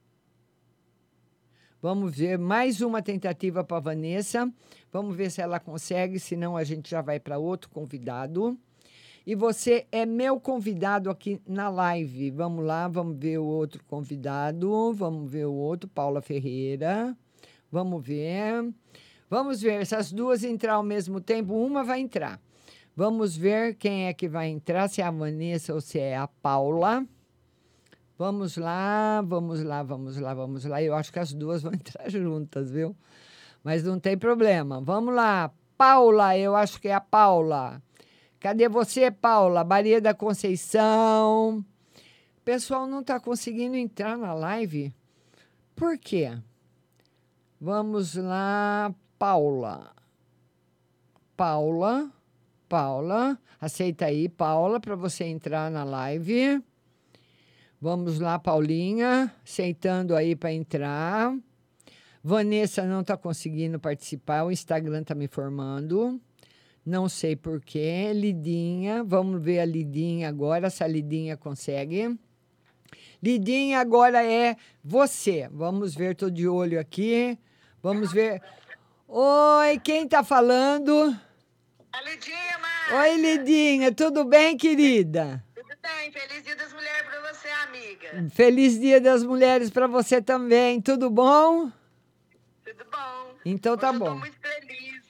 Vamos ver mais uma tentativa para a Vanessa. Vamos ver se ela consegue, senão a gente já vai para outro convidado. E você é meu convidado aqui na live. Vamos lá, vamos ver o outro convidado. Vamos ver o outro, Paula Ferreira. Vamos ver. Vamos ver se as duas entrar ao mesmo tempo. Uma vai entrar. Vamos ver quem é que vai entrar, se é a Vanessa ou se é a Paula. Vamos lá. Eu acho que as duas vão entrar juntas, viu? Mas não tem problema. Vamos lá. Paula, eu acho que é a Paula. Cadê você, Paula? Maria da Conceição. O pessoal não está conseguindo entrar na live. Por quê? Vamos lá, Paula. Paula. Aceita aí, Paula, para você entrar na live. Vamos lá, Paulinha. Aceitando aí para entrar. Vanessa não está conseguindo participar. O Instagram está me informando. Não sei por quê. Lidinha. Vamos ver a Lidinha agora, se a Lidinha consegue. Lidinha, agora é você. Vamos ver, estou de olho aqui. Vamos ver. Oi, quem está falando? A Lidinha, Márcia. Oi, Lidinha. Tudo bem, querida? Tudo bem. Feliz Dia das Mulheres para você, amiga. Feliz Dia das Mulheres para você também. Tudo bom? Tudo bom. Então tá Hoje bom. Eu tô muito feliz.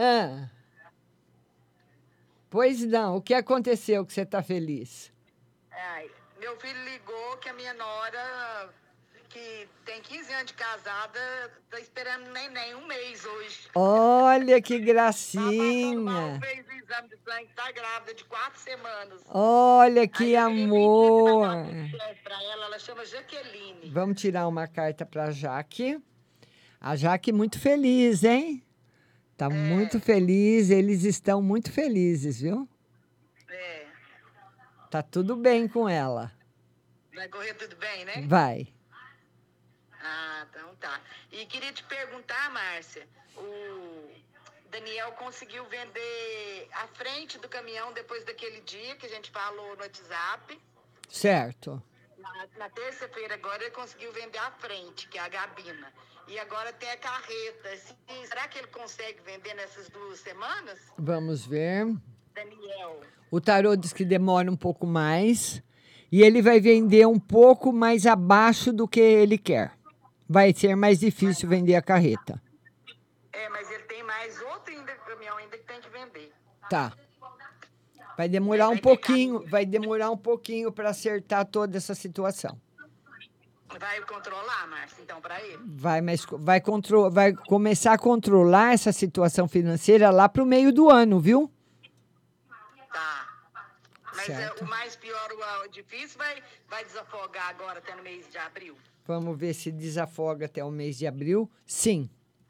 Pois não. O que aconteceu que você está feliz? Ai, meu filho ligou que a minha nora, que tem 15 anos de casada, tá esperando neném um mês hoje. Olha que gracinha. Fez o exame de sangue, tá grávida de 4 semanas. Olha que amor. Pra ela chama Jaqueline. Vamos tirar uma carta para a Jaque. A Jaque muito feliz, hein? Tá muito feliz, eles estão muito felizes, viu? Tá tudo bem com ela. Vai correr tudo bem, né? Vai. Ah, então tá. E queria te perguntar, Márcia, o Daniel conseguiu vender a frente do caminhão depois daquele dia que a gente falou no WhatsApp. Certo. Na terça-feira agora ele conseguiu vender a frente, que é a gabina. E agora tem a carreta. Será que ele consegue vender nessas 2 semanas? Vamos ver. Daniel. O tarô diz que demora um pouco mais. E ele vai vender um pouco mais abaixo do que ele quer. Vai ser mais difícil vender a carreta. Mas ele tem mais outro caminhão ainda que tem que vender. Tá. Vai demorar um pouquinho para acertar toda essa situação. Vai controlar, Márcia, então, para ele? Vai começar a controlar essa situação financeira lá para o meio do ano, viu? Tá. Mas o mais pior, o difícil, vai desafogar agora até no mês de abril? Vamos ver se desafoga até o mês de abril. Sim.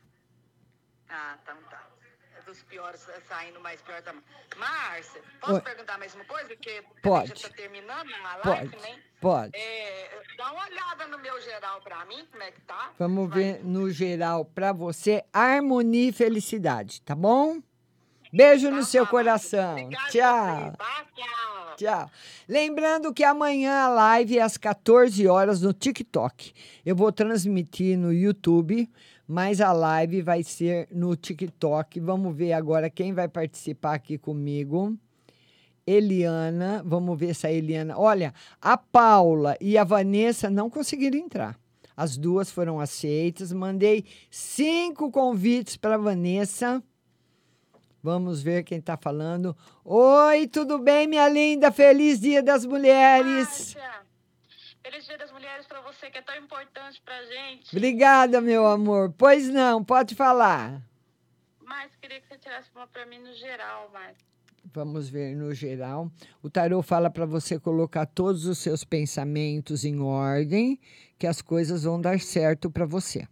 Ah, então tá. Dos piores saindo mais pior também. Márcia, posso perguntar mais uma coisa? Porque pode. Já está terminando a live, né? Pode. Dá uma olhada no meu geral para mim, como é que tá? Vamos ver no geral para você. Harmonia e felicidade, tá bom? Beijo no seu coração. Tchau. Tchau. Lembrando que amanhã a live é às 14 horas no TikTok. Eu vou transmitir no YouTube, mas a live vai ser no TikTok. Vamos ver agora quem vai participar aqui comigo. Eliana, vamos ver se a Eliana... Olha, a Paula e a Vanessa não conseguiram entrar. As duas foram aceitas. Mandei 5 convites para a Vanessa. Vamos ver quem está falando. Oi, tudo bem, minha linda? Feliz Dia das Mulheres. Márcia, feliz Dia das Mulheres para você, que é tão importante para a gente. Obrigada, meu amor. Pois não, pode falar. Mas queria que você tirasse uma para mim no geral, Márcia. Vamos ver no geral. O tarô fala para você colocar todos os seus pensamentos em ordem, que as coisas vão dar certo para você.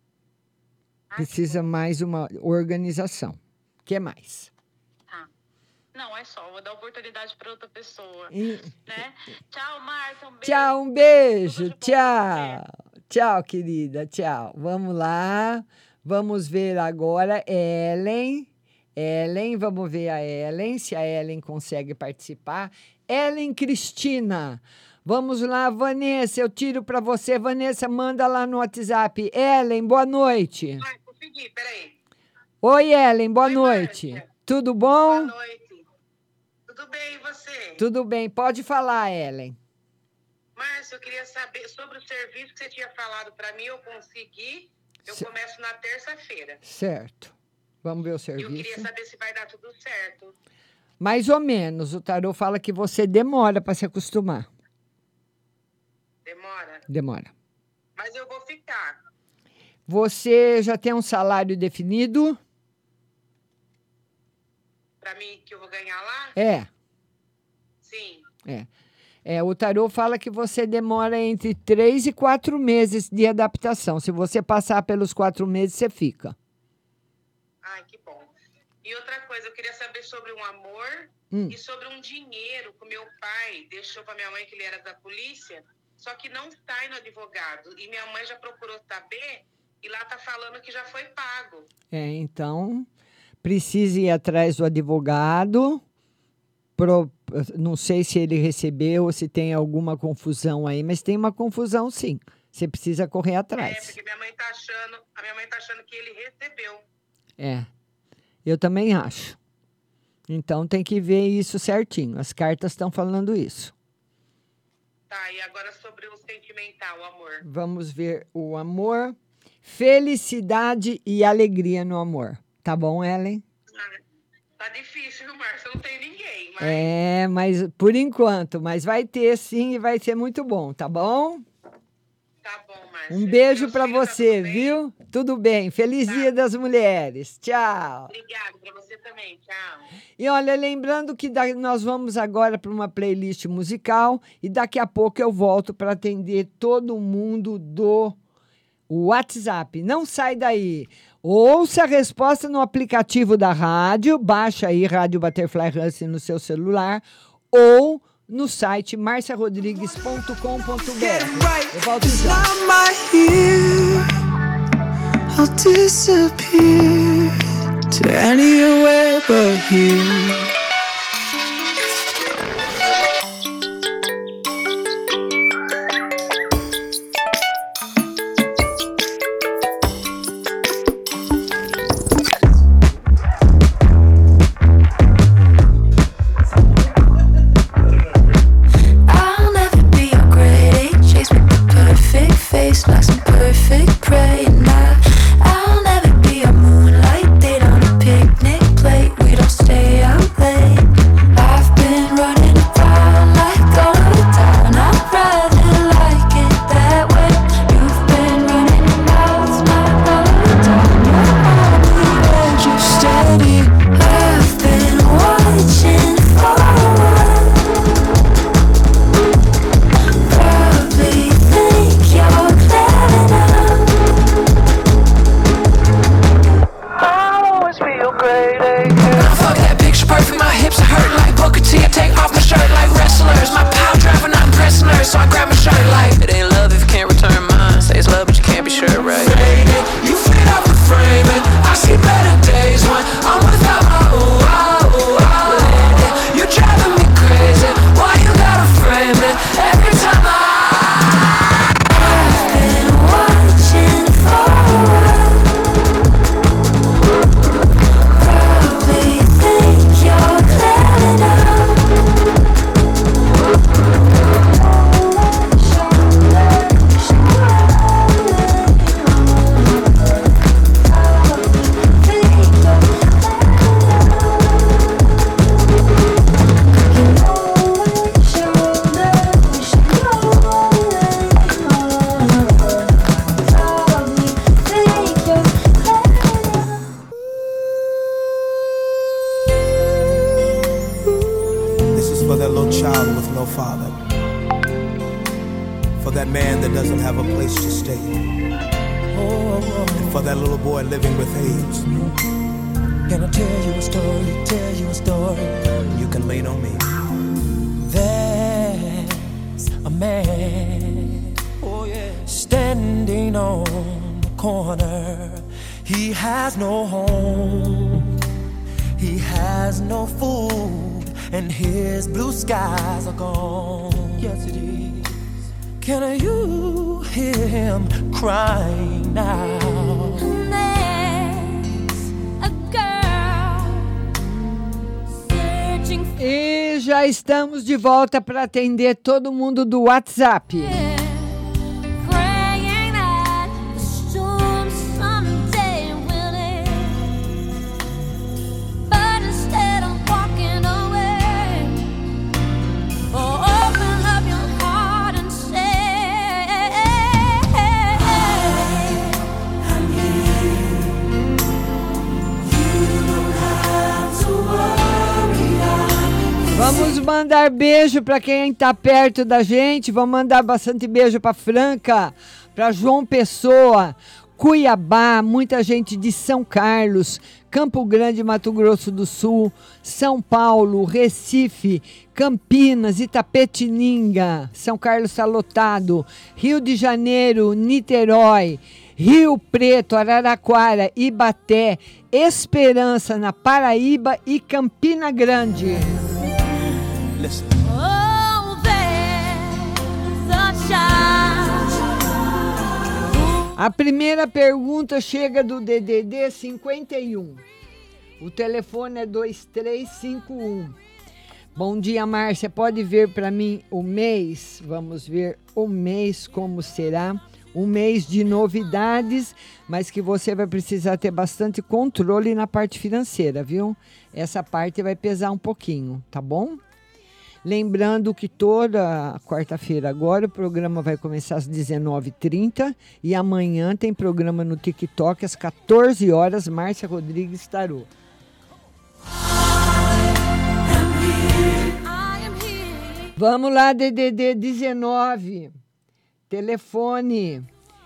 Precisa mais uma organização. O que mais? Não, é só. Vou dar oportunidade para outra pessoa. Né? Tchau, Márcia. Um beijo. Tchau, um beijo. Tchau. Tchau, querida. Tchau. Vamos lá. Vamos ver agora Ellen. Vamos ver a Ellen, se a Ellen consegue participar. Ellen Cristina. Vamos lá, Vanessa, eu tiro para você. Vanessa, manda lá no WhatsApp. Ellen, boa noite. Consegui, peraí. Oi, Ellen, boa noite. Márcia. Tudo bom? Boa noite. Tudo bem, e você? Tudo bem, pode falar, Ellen. Márcia, eu queria saber sobre o serviço que você tinha falado para mim, eu consegui. Eu começo na terça-feira. Certo. Vamos ver o serviço. Eu queria saber se vai dar tudo certo. Mais ou menos. O tarô fala que você demora para se acostumar. Demora? Demora. Mas eu vou ficar. Você já tem um salário definido? Para mim, que eu vou ganhar lá? É. Sim. O tarô fala que você demora entre 3 e 4 meses de adaptação. Se você passar pelos 4 meses, você fica. Ai, que bom. E outra coisa, eu queria saber sobre um amor e sobre um dinheiro que o meu pai deixou para minha mãe, que ele era da polícia, só que não sai no advogado. E minha mãe já procurou saber e lá tá falando que já foi pago. Então, precisa ir atrás do advogado. Não sei se ele recebeu ou se tem alguma confusão aí, mas tem uma confusão sim. Você precisa correr atrás. Porque a minha mãe tá achando que ele recebeu. Eu também acho. Então tem que ver isso certinho. As cartas estão falando isso. Tá, e agora sobre o sentimental, o amor. Vamos ver o amor. Felicidade e alegria no amor. Tá bom, Ellen? Tá difícil, viu, Márcia? Não tem ninguém. Mas por enquanto. Mas vai ter sim e vai ser muito bom, tá bom? Tá bom, Márcia. Um beijo para você, viu? Tudo bem. Feliz Dia das Mulheres. Tchau. Obrigada, para você também. Tchau. E olha, lembrando que nós vamos agora para uma playlist musical e daqui a pouco eu volto para atender todo mundo do WhatsApp. Não sai daí. Ouça a resposta no aplicativo da rádio, baixa aí Rádio Butterfly Hustle no seu celular ou no site marciarodrigues.com.br. Eu volto já. I'll disappear to anywhere but here. Like some perfect prey, and I'll never be a moonlight date on a picnic plate. We don't stay out late. I've been running around like all of the town. I'd rather like it that way. You've been running your mouth like all of the town. You're on the edge of steady. I've been watching for one. Probably think you're perfect, my hips are hurt like Booker T. I take off my shirt like wrestlers. My pile driving, I'm pressing her, so I grab my shirt like it ain't love if you can't return mine. Say it's love, but you can't be sure, right? Faded, you fade out the framing. I see better days when I'm without my lady, you're driving me crazy. Why you gotta frame it every time I've been watching for probably think you're clever now. Father, for that man that doesn't have a place to stay, and for that little boy living with AIDS. Can I tell you a story, you can lean on me. There's a man standing on the corner. He has no home, he has no food, and his blue skies are gone. Yes, it is. Can you hear him crying now? There's a girl searching for... E já estamos de volta para atender todo mundo do WhatsApp. praying that the storms mandar beijo para quem está perto da gente. Vamos mandar bastante beijo para Franca, para João Pessoa, Cuiabá, muita gente de São Carlos, Campo Grande, Mato Grosso do Sul, São Paulo, Recife, Campinas, Itapetininga, São Carlos está lotado, Rio de Janeiro, Niterói, Rio Preto, Araraquara, Ibaté, Esperança na Paraíba e Campina Grande. A primeira pergunta chega do DDD 51. O telefone é 2351. Bom dia, Márcia. Pode ver para mim o mês? Vamos ver o mês como será. Um mês de novidades, mas que você vai precisar ter bastante controle na parte financeira, viu? Essa parte vai pesar um pouquinho, tá bom? Lembrando que toda quarta-feira agora o programa vai começar às 19h30 e amanhã tem programa no TikTok às 14 horas, Márcia Rodrigues Tarô. Vamos lá, DDD 19, telefone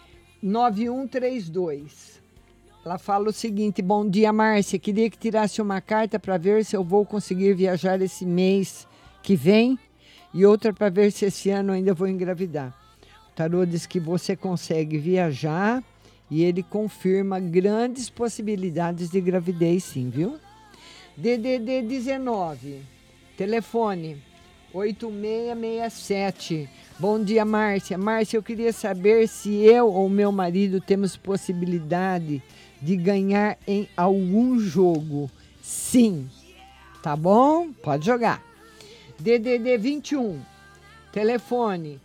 9132. Ela fala o seguinte: bom dia, Márcia, queria que tirasse uma carta para ver se eu vou conseguir viajar esse mês que vem e outra para ver se esse ano ainda vou engravidar. O tarô diz que você consegue viajar e ele confirma grandes possibilidades de gravidez, sim, viu? DDD 19, telefone 8667. Bom dia, Márcia. Márcia, eu queria saber se eu ou meu marido temos possibilidade de ganhar em algum jogo. Sim. Tá bom? Pode jogar. DDD 21, telefone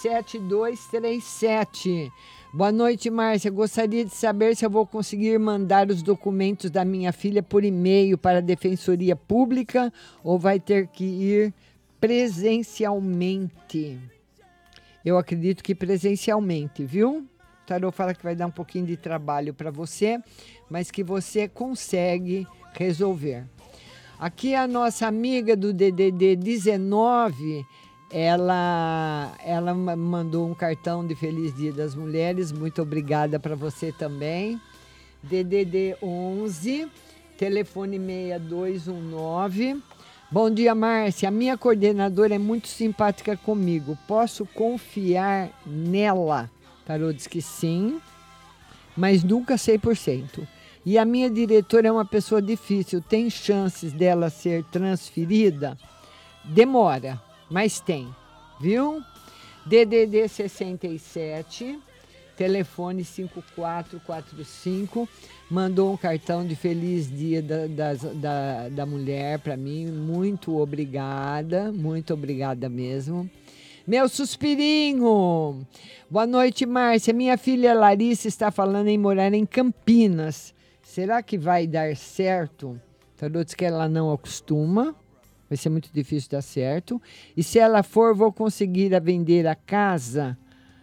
7237. Boa noite, Márcia. Gostaria de saber se eu vou conseguir mandar os documentos da minha filha por e-mail para a Defensoria Pública ou vai ter que ir presencialmente. Eu acredito que presencialmente, viu? O tarô fala que vai dar um pouquinho de trabalho para você, mas que você consegue resolver. Aqui a nossa amiga do DDD 19, ela mandou um cartão de Feliz Dia das Mulheres. Muito obrigada para você também. DDD 11, telefone 6219. Bom dia, Márcia. A minha coordenadora é muito simpática comigo. Posso confiar nela? Tarô diz que sim, mas nunca 100%. E a minha diretora é uma pessoa difícil. Tem chances dela ser transferida? Demora, mas tem, viu? DDD 67, telefone 5445. Mandou um cartão de Feliz Dia da Mulher para mim. Muito obrigada mesmo. Meu suspirinho! Boa noite, Márcia. Minha filha Larissa está falando em morar em Campinas. Será que vai dar certo? Tarô diz que ela não acostuma. Vai ser muito difícil dar certo. E se ela for, vou conseguir vender a casa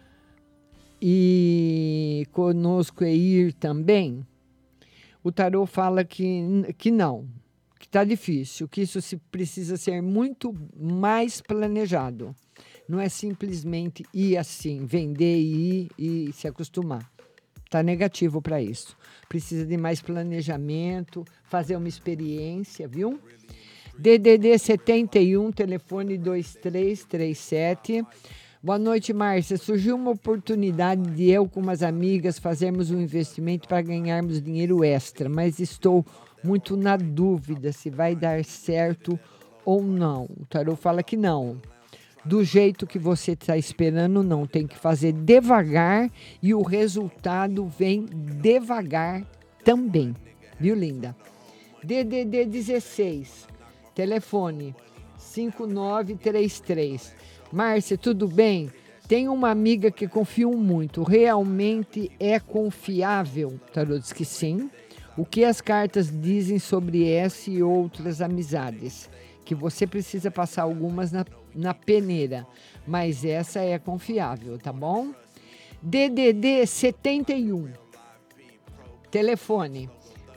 e conosco ir também? O tarô fala que não, que está difícil, que isso precisa ser muito mais planejado. Não é simplesmente ir assim, vender e ir e se acostumar. Está negativo para isso. Precisa de mais planejamento, fazer uma experiência, viu? DDD 71, telefone 2337. Boa noite, Márcia. Surgiu uma oportunidade de eu com umas amigas fazermos um investimento para ganharmos dinheiro extra, mas estou muito na dúvida se vai dar certo ou não. O tarô fala que não. Do jeito que você está esperando, não. Tem que fazer devagar e o resultado vem devagar também. Viu, linda? DDD 16, telefone 5933. Márcia, tudo bem? Tenho uma amiga que confio muito. Realmente é confiável? O tarô diz que sim. O que as cartas dizem sobre essa e outras amizades? Que você precisa passar algumas na peneira, mas essa é confiável, tá bom? DDD 71, telefone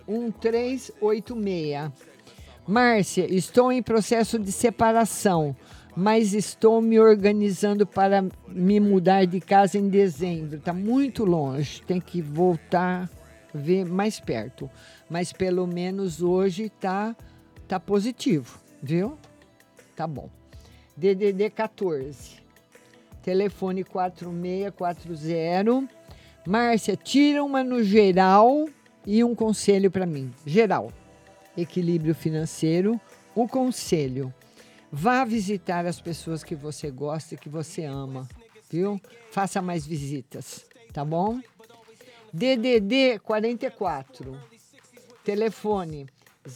1386. Márcia, estou em processo de separação. mas estou me organizando para me mudar de casa em dezembro. Está muito longe, tem que voltar a ver mais perto. Mas pelo menos hoje tá positivo, viu? Tá bom. DDD 14, telefone 4640. Márcia, tira uma no geral e um conselho para mim. Geral, equilíbrio financeiro, um conselho. Vá visitar as pessoas que você gosta e que você ama, viu? Faça mais visitas, tá bom? DDD 44, telefone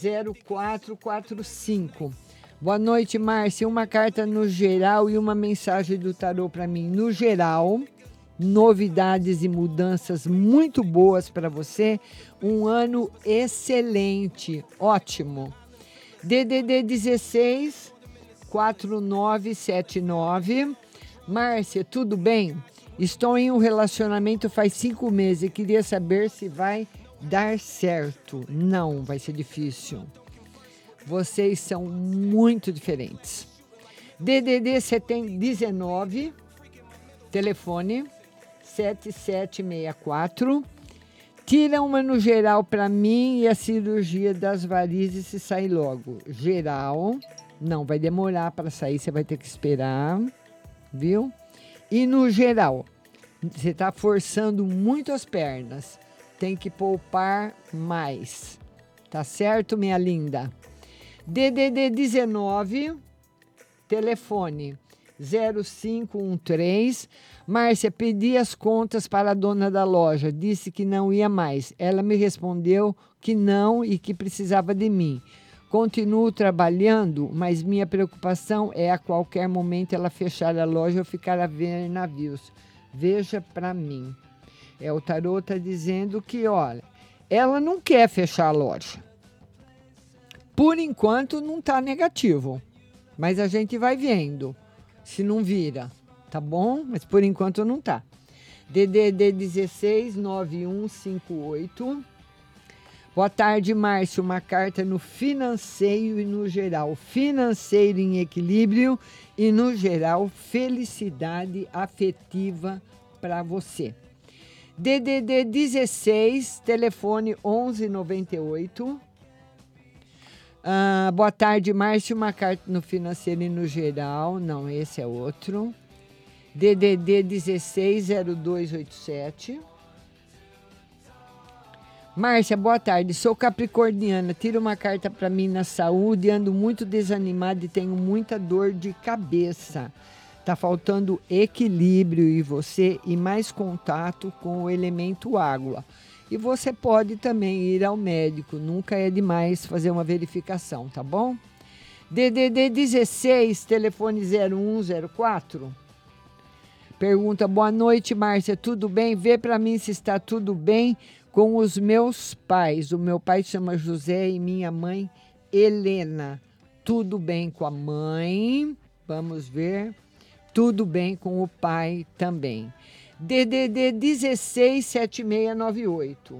0445. Boa noite, Márcia. Uma carta no geral e uma mensagem do tarô para mim. No geral, novidades e mudanças muito boas para você. Um ano excelente, ótimo. DDD 16 4979. Márcia, tudo bem? Estou em um relacionamento faz 5 meses e queria saber se vai dar certo. Não, vai ser difícil. Vocês são muito diferentes. DDD 19, telefone 7764. Tira uma no geral para mim e a cirurgia das varizes se sair logo. Geral, não, vai demorar para sair, você vai ter que esperar, viu? E no geral, você está forçando muito as pernas, tem que poupar mais, tá certo, minha linda? DDD 19, telefone 0513. Márcia, pedi as contas para a dona da loja, disse que não ia mais. Ela me respondeu que não e que precisava de mim. Continuo trabalhando, mas minha preocupação é a qualquer momento ela fechar a loja ou ficar a ver navios. Veja para mim. O tarô está dizendo que, olha, ela não quer fechar a loja. Por enquanto não está negativo, mas a gente vai vendo se não vira, tá bom? Mas por enquanto não tá. DDD 16 9158. Boa tarde, Márcio. Uma carta no financeiro e no geral. Financeiro em equilíbrio e no geral felicidade afetiva para você. DDD 16, telefone 1198. Boa tarde, Márcio. Uma carta no financeiro e no geral. Não, esse é outro. DDD 160287. Márcia, boa tarde. Sou capricorniana. Tira uma carta para mim na saúde. Ando muito desanimada e tenho muita dor de cabeça. Tá faltando equilíbrio em você e mais contato com o elemento água. E você pode também ir ao médico. Nunca é demais fazer uma verificação, tá bom? DDD 16, telefone 0104. Pergunta, boa noite, Márcia. Tudo bem? Vê para mim se está tudo bem com os meus pais. O meu pai chama José e minha mãe Helena. Tudo bem com a mãe? Vamos ver. Tudo bem com o pai também. DDD 167698.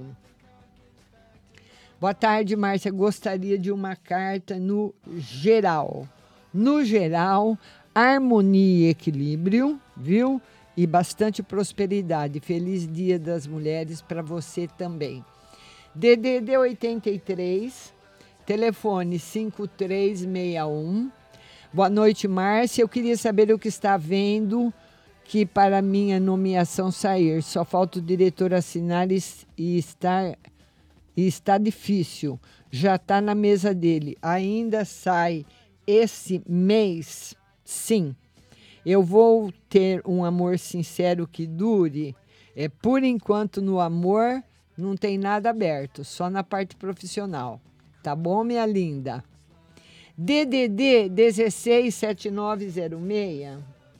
Boa tarde, Márcia. Gostaria de uma carta no geral. No geral, harmonia e equilíbrio, viu? E bastante prosperidade. Feliz Dia das Mulheres para você também. DDD 83, telefone 5361. Boa noite, Márcia. Eu queria saber o que está vendo que para minha nomeação sair. Só falta o diretor assinar e está difícil. Já está na mesa dele. Ainda sai esse mês? Sim. Eu vou ter um amor sincero que dure. Por enquanto, no amor, não tem nada aberto. Só na parte profissional. Tá bom, minha linda? DDD 167906.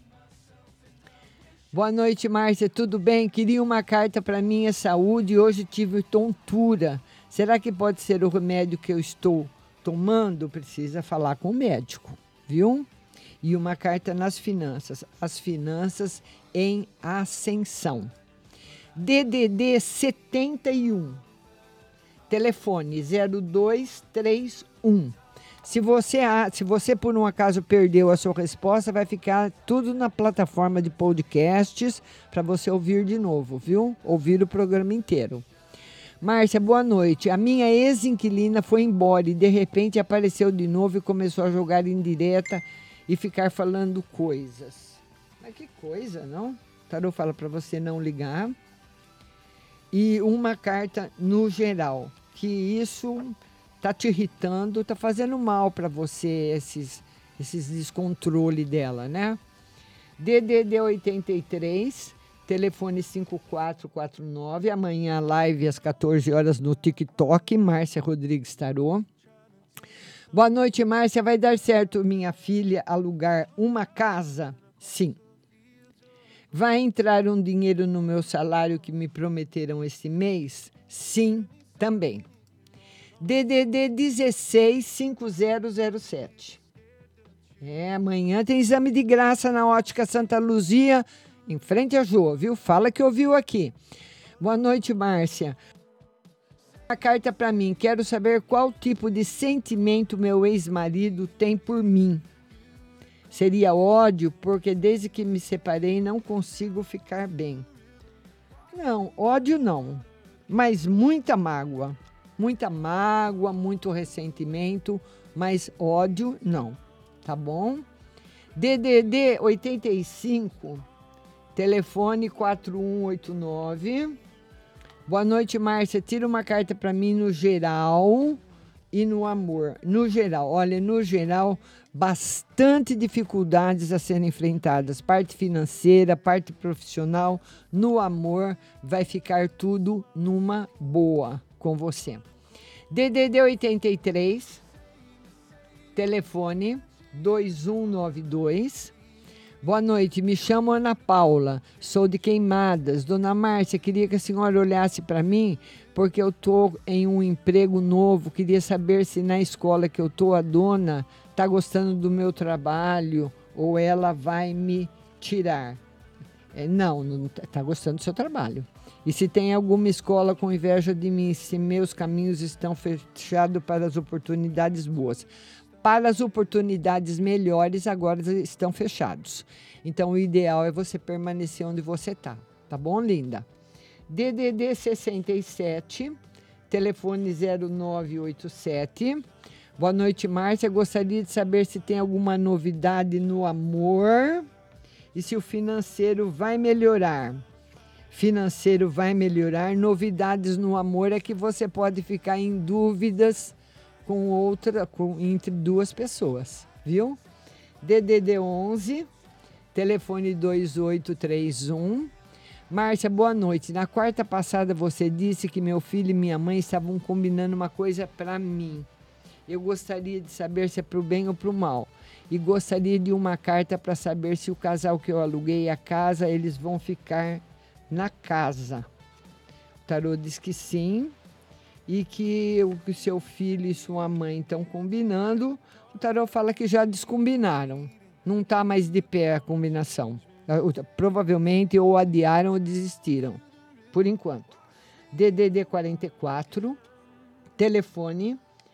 Boa noite, Márcia. Tudo bem? Queria uma carta para minha saúde e hoje tive tontura. Será que pode ser o remédio que eu estou tomando? Precisa falar com o médico, viu? E uma carta nas finanças. As finanças em ascensão. DDD 71. Telefone 0231. Se você por um acaso perdeu a sua resposta, vai ficar tudo na plataforma de podcasts para você ouvir de novo, viu? Ouvir o programa inteiro. Márcia, boa noite. A minha ex-inquilina foi embora e de repente apareceu de novo e começou a jogar indireta e ficar falando coisas. Mas que coisa, não? Tarô fala para você não ligar. E uma carta no geral, que isso tá te irritando, tá fazendo mal para você esses descontrole dela, né? DDD 83, telefone 5449, amanhã live às 14 horas no TikTok, Márcia Rodrigues Tarô. Boa noite, Márcia, vai dar certo minha filha alugar uma casa? Sim. Vai entrar um dinheiro no meu salário que me prometeram esse mês? Sim, também. DDD 165007. Amanhã tem exame de graça na Ótica Santa Luzia, em frente a Jô, viu? Fala que ouviu aqui. Boa noite, Márcia. A carta para mim. Quero saber qual tipo de sentimento meu ex-marido tem por mim. Seria ódio, porque desde que me separei não consigo ficar bem. Não, ódio não, mas muita mágoa. Muita mágoa, muito ressentimento, mas ódio não, tá bom? DDD 85, telefone 4189. Boa noite, Márcia. Tira uma carta para mim no geral e no amor. No geral, olha, no geral, bastante dificuldades a serem enfrentadas. Parte financeira, parte profissional, no amor, vai ficar tudo numa boa com você. DDD 83, telefone 2192. Boa noite, me chamo Ana Paula, sou de Queimadas. Dona Márcia, queria que a senhora olhasse para mim, porque eu estou em um emprego novo. Queria saber se na escola que eu estou, a dona está gostando do meu trabalho ou ela vai me tirar. Não está gostando do seu trabalho. E se tem alguma escola com inveja de mim, se meus caminhos estão fechados para as oportunidades boas. Para as oportunidades melhores, agora estão fechados. Então, o ideal é você permanecer onde você está. Tá bom, linda? DDD 67, telefone 0987. Boa noite, Márcia. Gostaria de saber se tem alguma novidade no amor e se o financeiro vai melhorar. Financeiro vai melhorar. Novidades no amor é que você pode ficar em dúvidas entre duas pessoas, viu? DDD 11, telefone 2831. Márcia, boa noite. Na quarta passada você disse que meu filho e minha mãe estavam combinando uma coisa para mim. Eu gostaria de saber se é pro bem ou pro mal. E gostaria de uma carta para saber se o casal que eu aluguei a casa, eles vão ficar na casa. O tarô diz que sim. E que o seu filho e sua mãe estão combinando. O tarô fala que já descombinaram. Não está mais de pé a combinação. Provavelmente ou adiaram ou desistiram. Por enquanto. DDD 44, telefone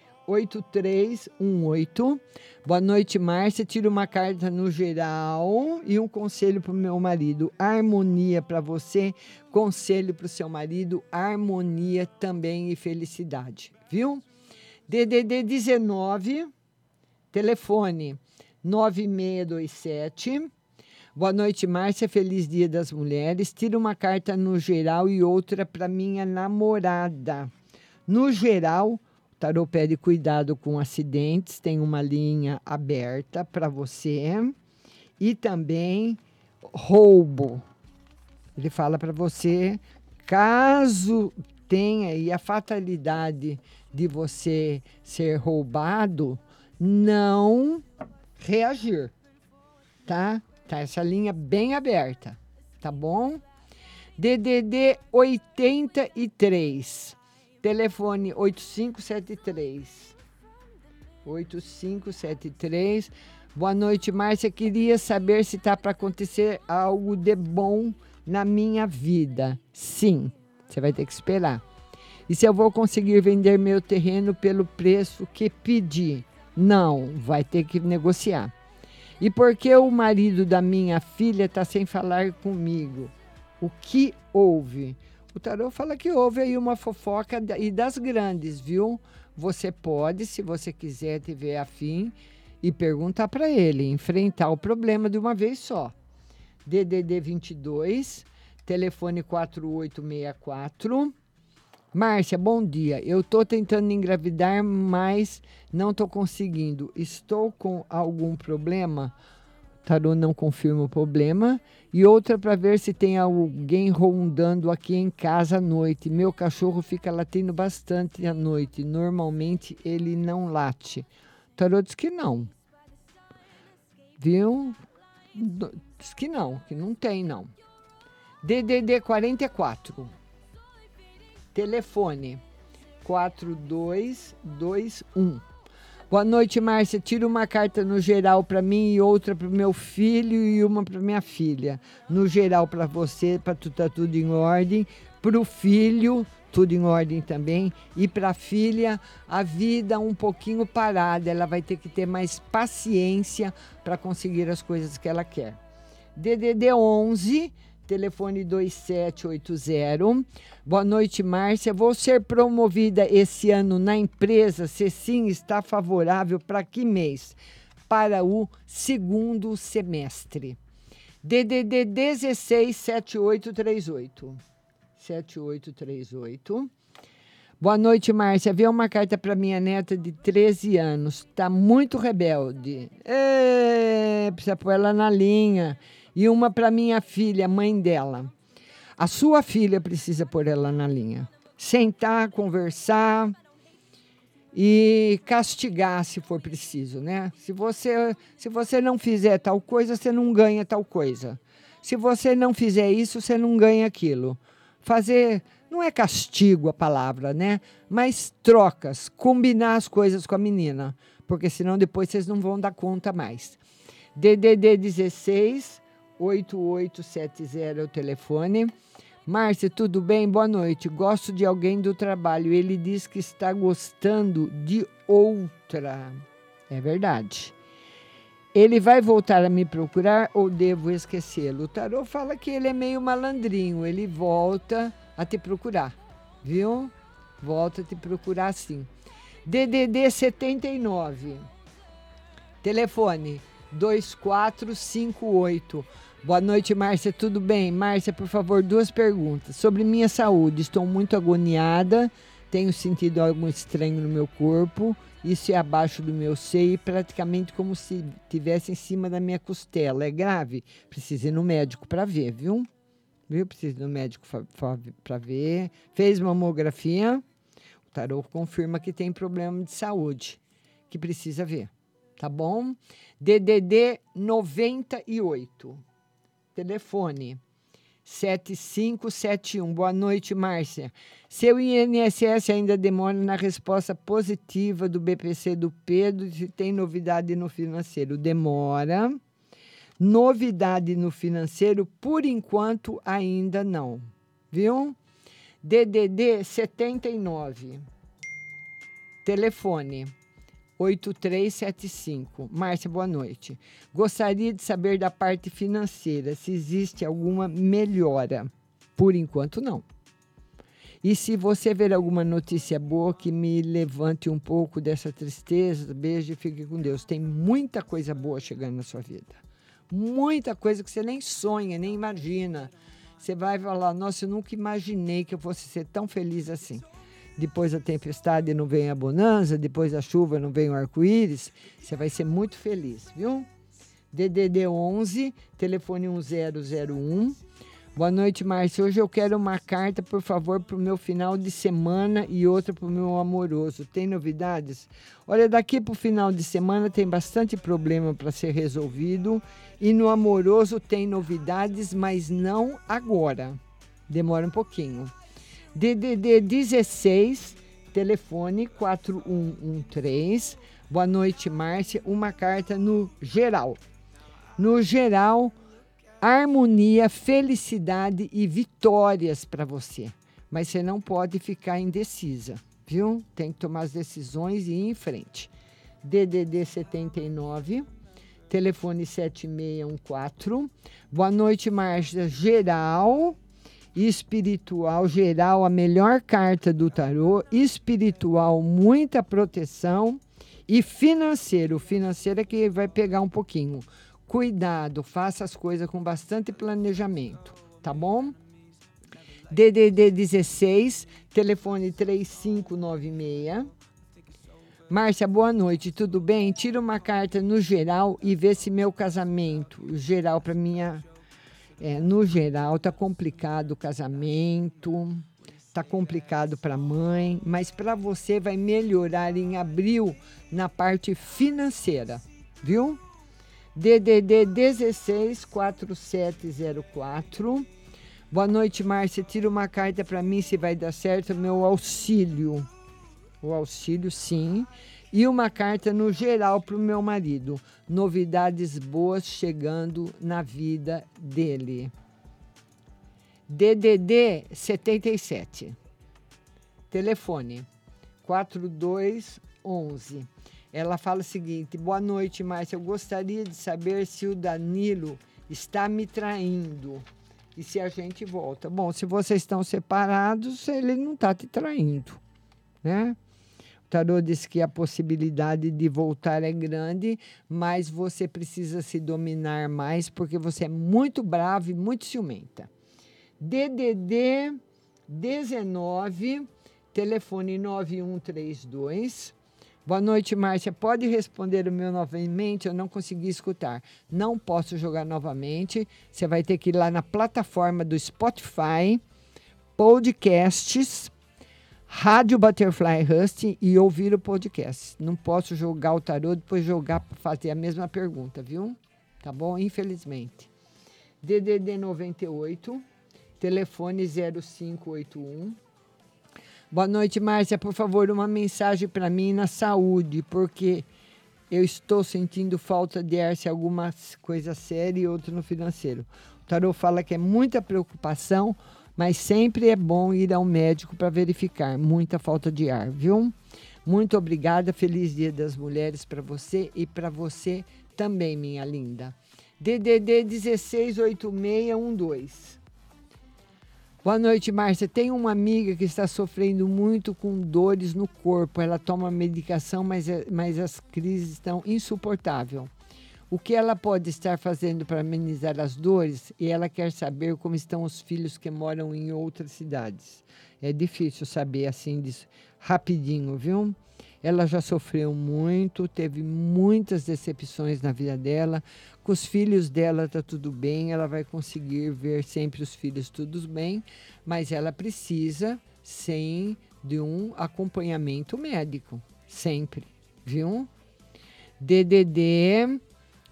8318. Boa noite, Márcia. Tira uma carta no geral e um conselho para o meu marido. Harmonia para você, conselho para o seu marido, harmonia também e felicidade, viu? DDD 19, telefone 9627. Boa noite, Márcia. Feliz Dia das Mulheres. Tira uma carta no geral e outra para minha namorada. No geral, o tarô pede cuidado com acidentes, tem uma linha aberta para você. E também roubo. Ele fala para você, caso tenha aí a fatalidade de você ser roubado, não reagir, tá? Tá essa linha bem aberta, tá bom? DDD 83, telefone 8573. 8573. Boa noite, Márcia. Queria saber se tá para acontecer algo de bom na minha vida. Sim, você vai ter que esperar. E se eu vou conseguir vender meu terreno pelo preço que pedi? Não, vai ter que negociar. E por que o marido da minha filha está sem falar comigo? O que houve? O tarô fala que houve aí uma fofoca e das grandes, viu? Você pode, se você quiser, tiver afim, e perguntar para ele, enfrentar o problema de uma vez só. DDD 22, telefone 4864. Márcia, bom dia. Eu estou tentando engravidar, mas não estou conseguindo. Estou com algum problema? Tarô não confirma o problema. E outra para ver se tem alguém rondando aqui em casa à noite. Meu cachorro fica latindo bastante à noite. Normalmente ele não late. Tarô diz que não. Viu? Diz que não tem não. DDD 44. Telefone 4221. Boa noite, Márcia. Tira uma carta no geral para mim e outra para o meu filho e uma para minha filha. No geral para você, para tá tudo em ordem. Para o filho, tudo em ordem também. E para a filha, a vida um pouquinho parada. Ela vai ter que ter mais paciência para conseguir as coisas que ela quer. DDD 11, telefone 2780. Boa noite, Márcia. Vou ser promovida esse ano na empresa? Se sim, está favorável para que mês? Para o segundo semestre. DDD 16 7838. 7838. Boa noite, Márcia. Vê uma carta para minha neta de 13 anos. Está muito rebelde. Precisa pôr ela na linha. E uma para minha filha, mãe dela. A sua filha precisa pôr ela na linha. Sentar, conversar e castigar se for preciso, né? Se você não fizer tal coisa, você não ganha tal coisa. Se você não fizer isso, você não ganha aquilo. Fazer, não é castigo a palavra, né? Mas trocas, combinar as coisas com a menina. Porque senão depois vocês não vão dar conta mais. DDD 16 8870 é o telefone. Márcia, tudo bem? Boa noite. Gosto de alguém do trabalho. Ele diz que está gostando de outra. É verdade. Ele vai voltar a me procurar ou devo esquecê-lo? O tarô fala que ele é meio malandrinho. Ele volta a te procurar, viu? Volta a te procurar sim. DDD 79. Telefone 2458. Boa noite, Márcia. Tudo bem? Márcia, por favor, 2 perguntas. Sobre minha saúde, estou muito agoniada, tenho sentido algo estranho no meu corpo, isso é abaixo do meu seio, praticamente como se estivesse em cima da minha costela. É grave? Precisa ir no médico para ver, viu? Precisa ir no médico para ver. Fez mamografia, o tarô confirma que tem problema de saúde, que precisa ver. Tá bom? DDD 98. Telefone 7571. Boa noite, Márcia. Seu INSS ainda demora na resposta positiva do BPC do Pedro, se tem novidade no financeiro. Demora. Novidade no financeiro, por enquanto, ainda não. Viu? DDD 79. Telefone 8375. Márcia, boa noite. Gostaria de saber da parte financeira, se existe alguma melhora. Por enquanto, não. E se você ver alguma notícia boa que me levante um pouco dessa tristeza, beijo e fique com Deus. Tem muita coisa boa chegando na sua vida. Muita coisa que você nem sonha, nem imagina. Você vai falar, nossa, eu nunca imaginei que eu fosse ser tão feliz assim. Depois da tempestade não vem a bonança, depois da chuva não vem o arco-íris, você vai ser muito feliz, viu? DDD 11, telefone 1001. Boa noite, Márcia. Hoje eu quero uma carta, por favor, para o meu final de semana e outra para o meu amoroso. Tem novidades? Olha, daqui para o final de semana tem bastante problema para ser resolvido e no amoroso tem novidades, mas não agora. Demora um pouquinho. DDD 16, telefone 4113. Boa noite, Márcia. Uma carta no geral. No geral, harmonia, felicidade e vitórias para você. Mas você não pode ficar indecisa, viu? Tem que tomar as decisões e ir em frente. DDD 79, telefone 7614. Boa noite, Márcia. Geral, espiritual, geral, a melhor carta do tarô. Espiritual, muita proteção. E financeiro, financeiro é que vai pegar um pouquinho. Cuidado, faça as coisas com bastante planejamento, tá bom? DDD 16, telefone 3596. Márcia, boa noite, tudo bem? Tira uma carta no geral e vê se meu casamento, o geral para minha... no geral, tá complicado o casamento, tá complicado para a mãe, mas para você vai melhorar em abril na parte financeira, viu? DDD 16 4704. Boa noite, Márcia. Tira uma carta para mim se vai dar certo meu auxílio. O auxílio, sim. E uma carta no geral para o meu marido. Novidades boas chegando na vida dele. DDD 77. Telefone 4211. Ela fala o seguinte: boa noite, Márcia. Eu gostaria de saber se o Danilo está me traindo e se a gente volta. Bom, se vocês estão separados, ele não está te traindo, né? O tarô diz que a possibilidade de voltar é grande, mas você precisa se dominar mais porque você é muito brava e muito ciumenta. DDD 19, telefone 9132. Boa noite, Márcia. Pode responder o meu novamente? Eu não consegui escutar. Não posso jogar novamente. Você vai ter que ir lá na plataforma do Spotify, podcasts, Rádio Butterfly Husting e ouvir o podcast. Não posso jogar o tarô, depois jogar para fazer a mesma pergunta, viu? Tá bom? Infelizmente. DDD 98, telefone 0581. Boa noite, Márcia. Por favor, uma mensagem para mim na saúde, porque eu estou sentindo falta de ar, se alguma coisa séria e outra no financeiro. O tarô fala que é muita preocupação, mas sempre é bom ir ao médico para verificar. Muita falta de ar, viu? Muito obrigada. Feliz Dia das Mulheres para você e para você também, minha linda. DDD 168612. Boa noite, Márcia. Tem uma amiga que está sofrendo muito com dores no corpo. Ela toma medicação, mas as crises estão insuportáveis. O que ela pode estar fazendo para amenizar as dores? E ela quer saber como estão os filhos que moram em outras cidades. É difícil saber assim disso, rapidinho, viu? Ela já sofreu muito, teve muitas decepções na vida dela. Com os filhos dela está tudo bem, ela vai conseguir ver sempre os filhos tudo bem, mas ela precisa, sim, de um acompanhamento médico, sempre, viu? DDD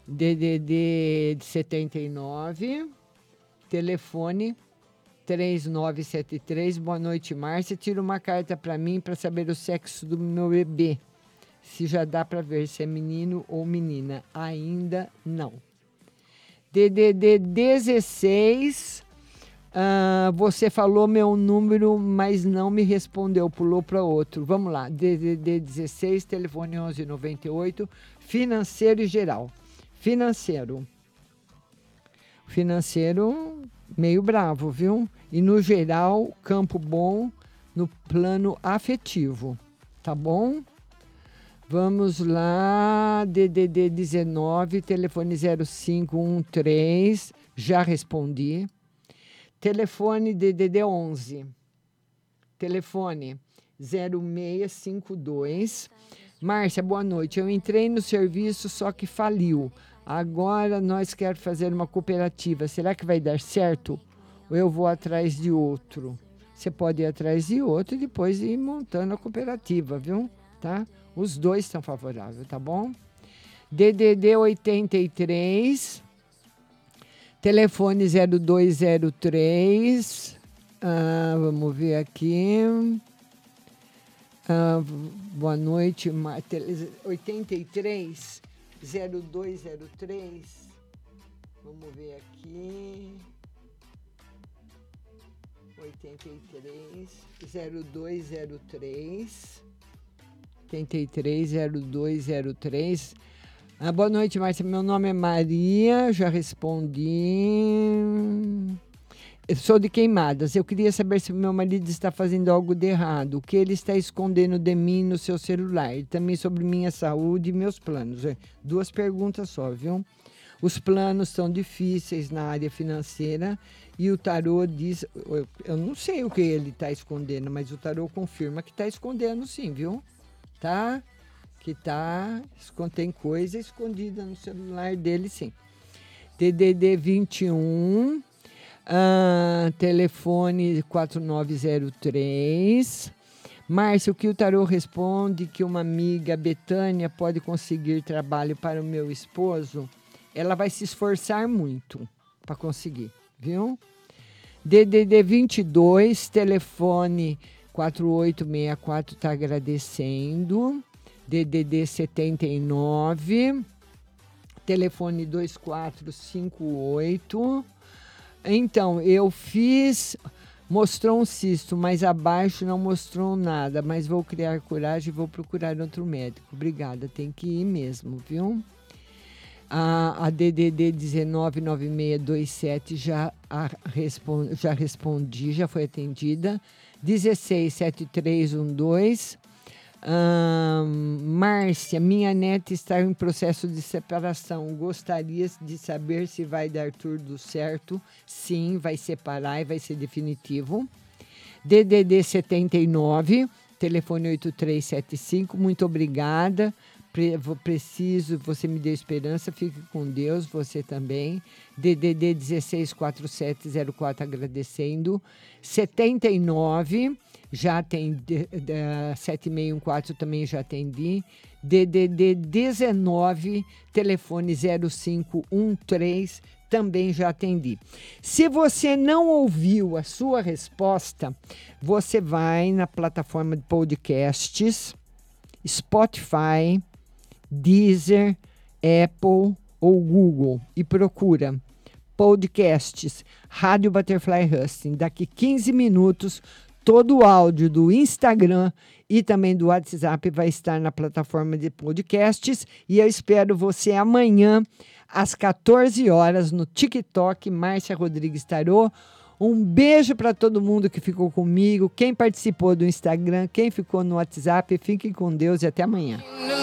79, telefone 3973. Boa noite, Márcia. Tira uma carta para mim para saber o sexo do meu bebê. Se já dá para ver se é menino ou menina. Ainda não. DDD 16. Você falou meu número, mas não me respondeu. Pulou para outro. Vamos lá. DDD 16, telefone 1198. Financeiro e geral. Financeiro meio bravo, viu? E no geral, campo bom no plano afetivo, tá bom? Vamos lá, DDD 19, telefone 0513, já respondi. Telefone DDD 11, telefone 0652. Márcia, boa noite. Eu entrei no serviço, só que faliu. Agora nós queremos fazer uma cooperativa. Será que vai dar certo? Ou eu vou atrás de outro? Você pode ir atrás de outro e depois ir montando a cooperativa, viu? Tá? Os dois estão favoráveis, tá bom? DDD 83, telefone 0203. Vamos ver aqui. Boa noite, 83 0203. Vamos ver aqui. 83 0203. 830203. Boa noite, Márcia. Meu nome é Maria, já respondi. Eu sou de Queimadas. Eu queria saber se meu marido está fazendo algo de errado. O que ele está escondendo de mim no seu celular? E também sobre minha saúde e meus planos. 2 perguntas só, viu? Os planos são difíceis na área financeira e o tarô diz... Eu não sei o que ele está escondendo, mas o tarô confirma que está escondendo sim, viu? Tá? Que tem coisa escondida no celular dele sim. DDD 21... telefone 4903. Márcia, o que o tarô responde que uma amiga, Betânia, pode conseguir trabalho para o meu esposo? Ela vai se esforçar muito para conseguir, viu? DDD 22, telefone 4864 está agradecendo. DDD 79, telefone 2458. Então, eu fiz, mostrou um cisto, mas abaixo não mostrou nada, mas vou criar coragem e vou procurar outro médico. Obrigada, tem que ir mesmo, viu? A DDD 199627 já respondi, já foi atendida. 167312. Márcia, minha neta está em processo de separação. Gostaria de saber se vai dar tudo certo. Sim, vai separar e vai ser definitivo. DDD 79, telefone 8375. Muito obrigada. Preciso, você me deu esperança. Fique com Deus, você também. DDD 164704 agradecendo. 79, já atendi. 7614 também já atendi. DDD 19, telefone 0513 também já atendi. Se você não ouviu a sua resposta, você vai na plataforma de podcasts, Spotify, Deezer, Apple ou Google e procura podcasts Rádio Butterfly Husting. Daqui 15 minutos, todo o áudio do Instagram e também do WhatsApp vai estar na plataforma de podcasts. E eu espero você amanhã, às 14 horas, no TikTok, Márcia Rodrigues Tarô. Um beijo para todo mundo que ficou comigo, quem participou do Instagram, quem ficou no WhatsApp. Fiquem com Deus e até amanhã.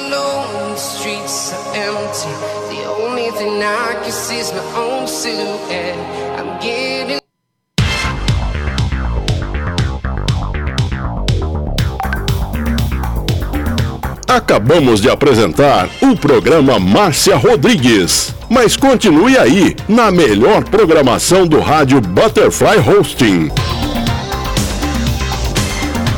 Acabamos de apresentar o programa Márcia Rodrigues. Mas continue aí, na melhor programação do rádio Butterfly Hosting.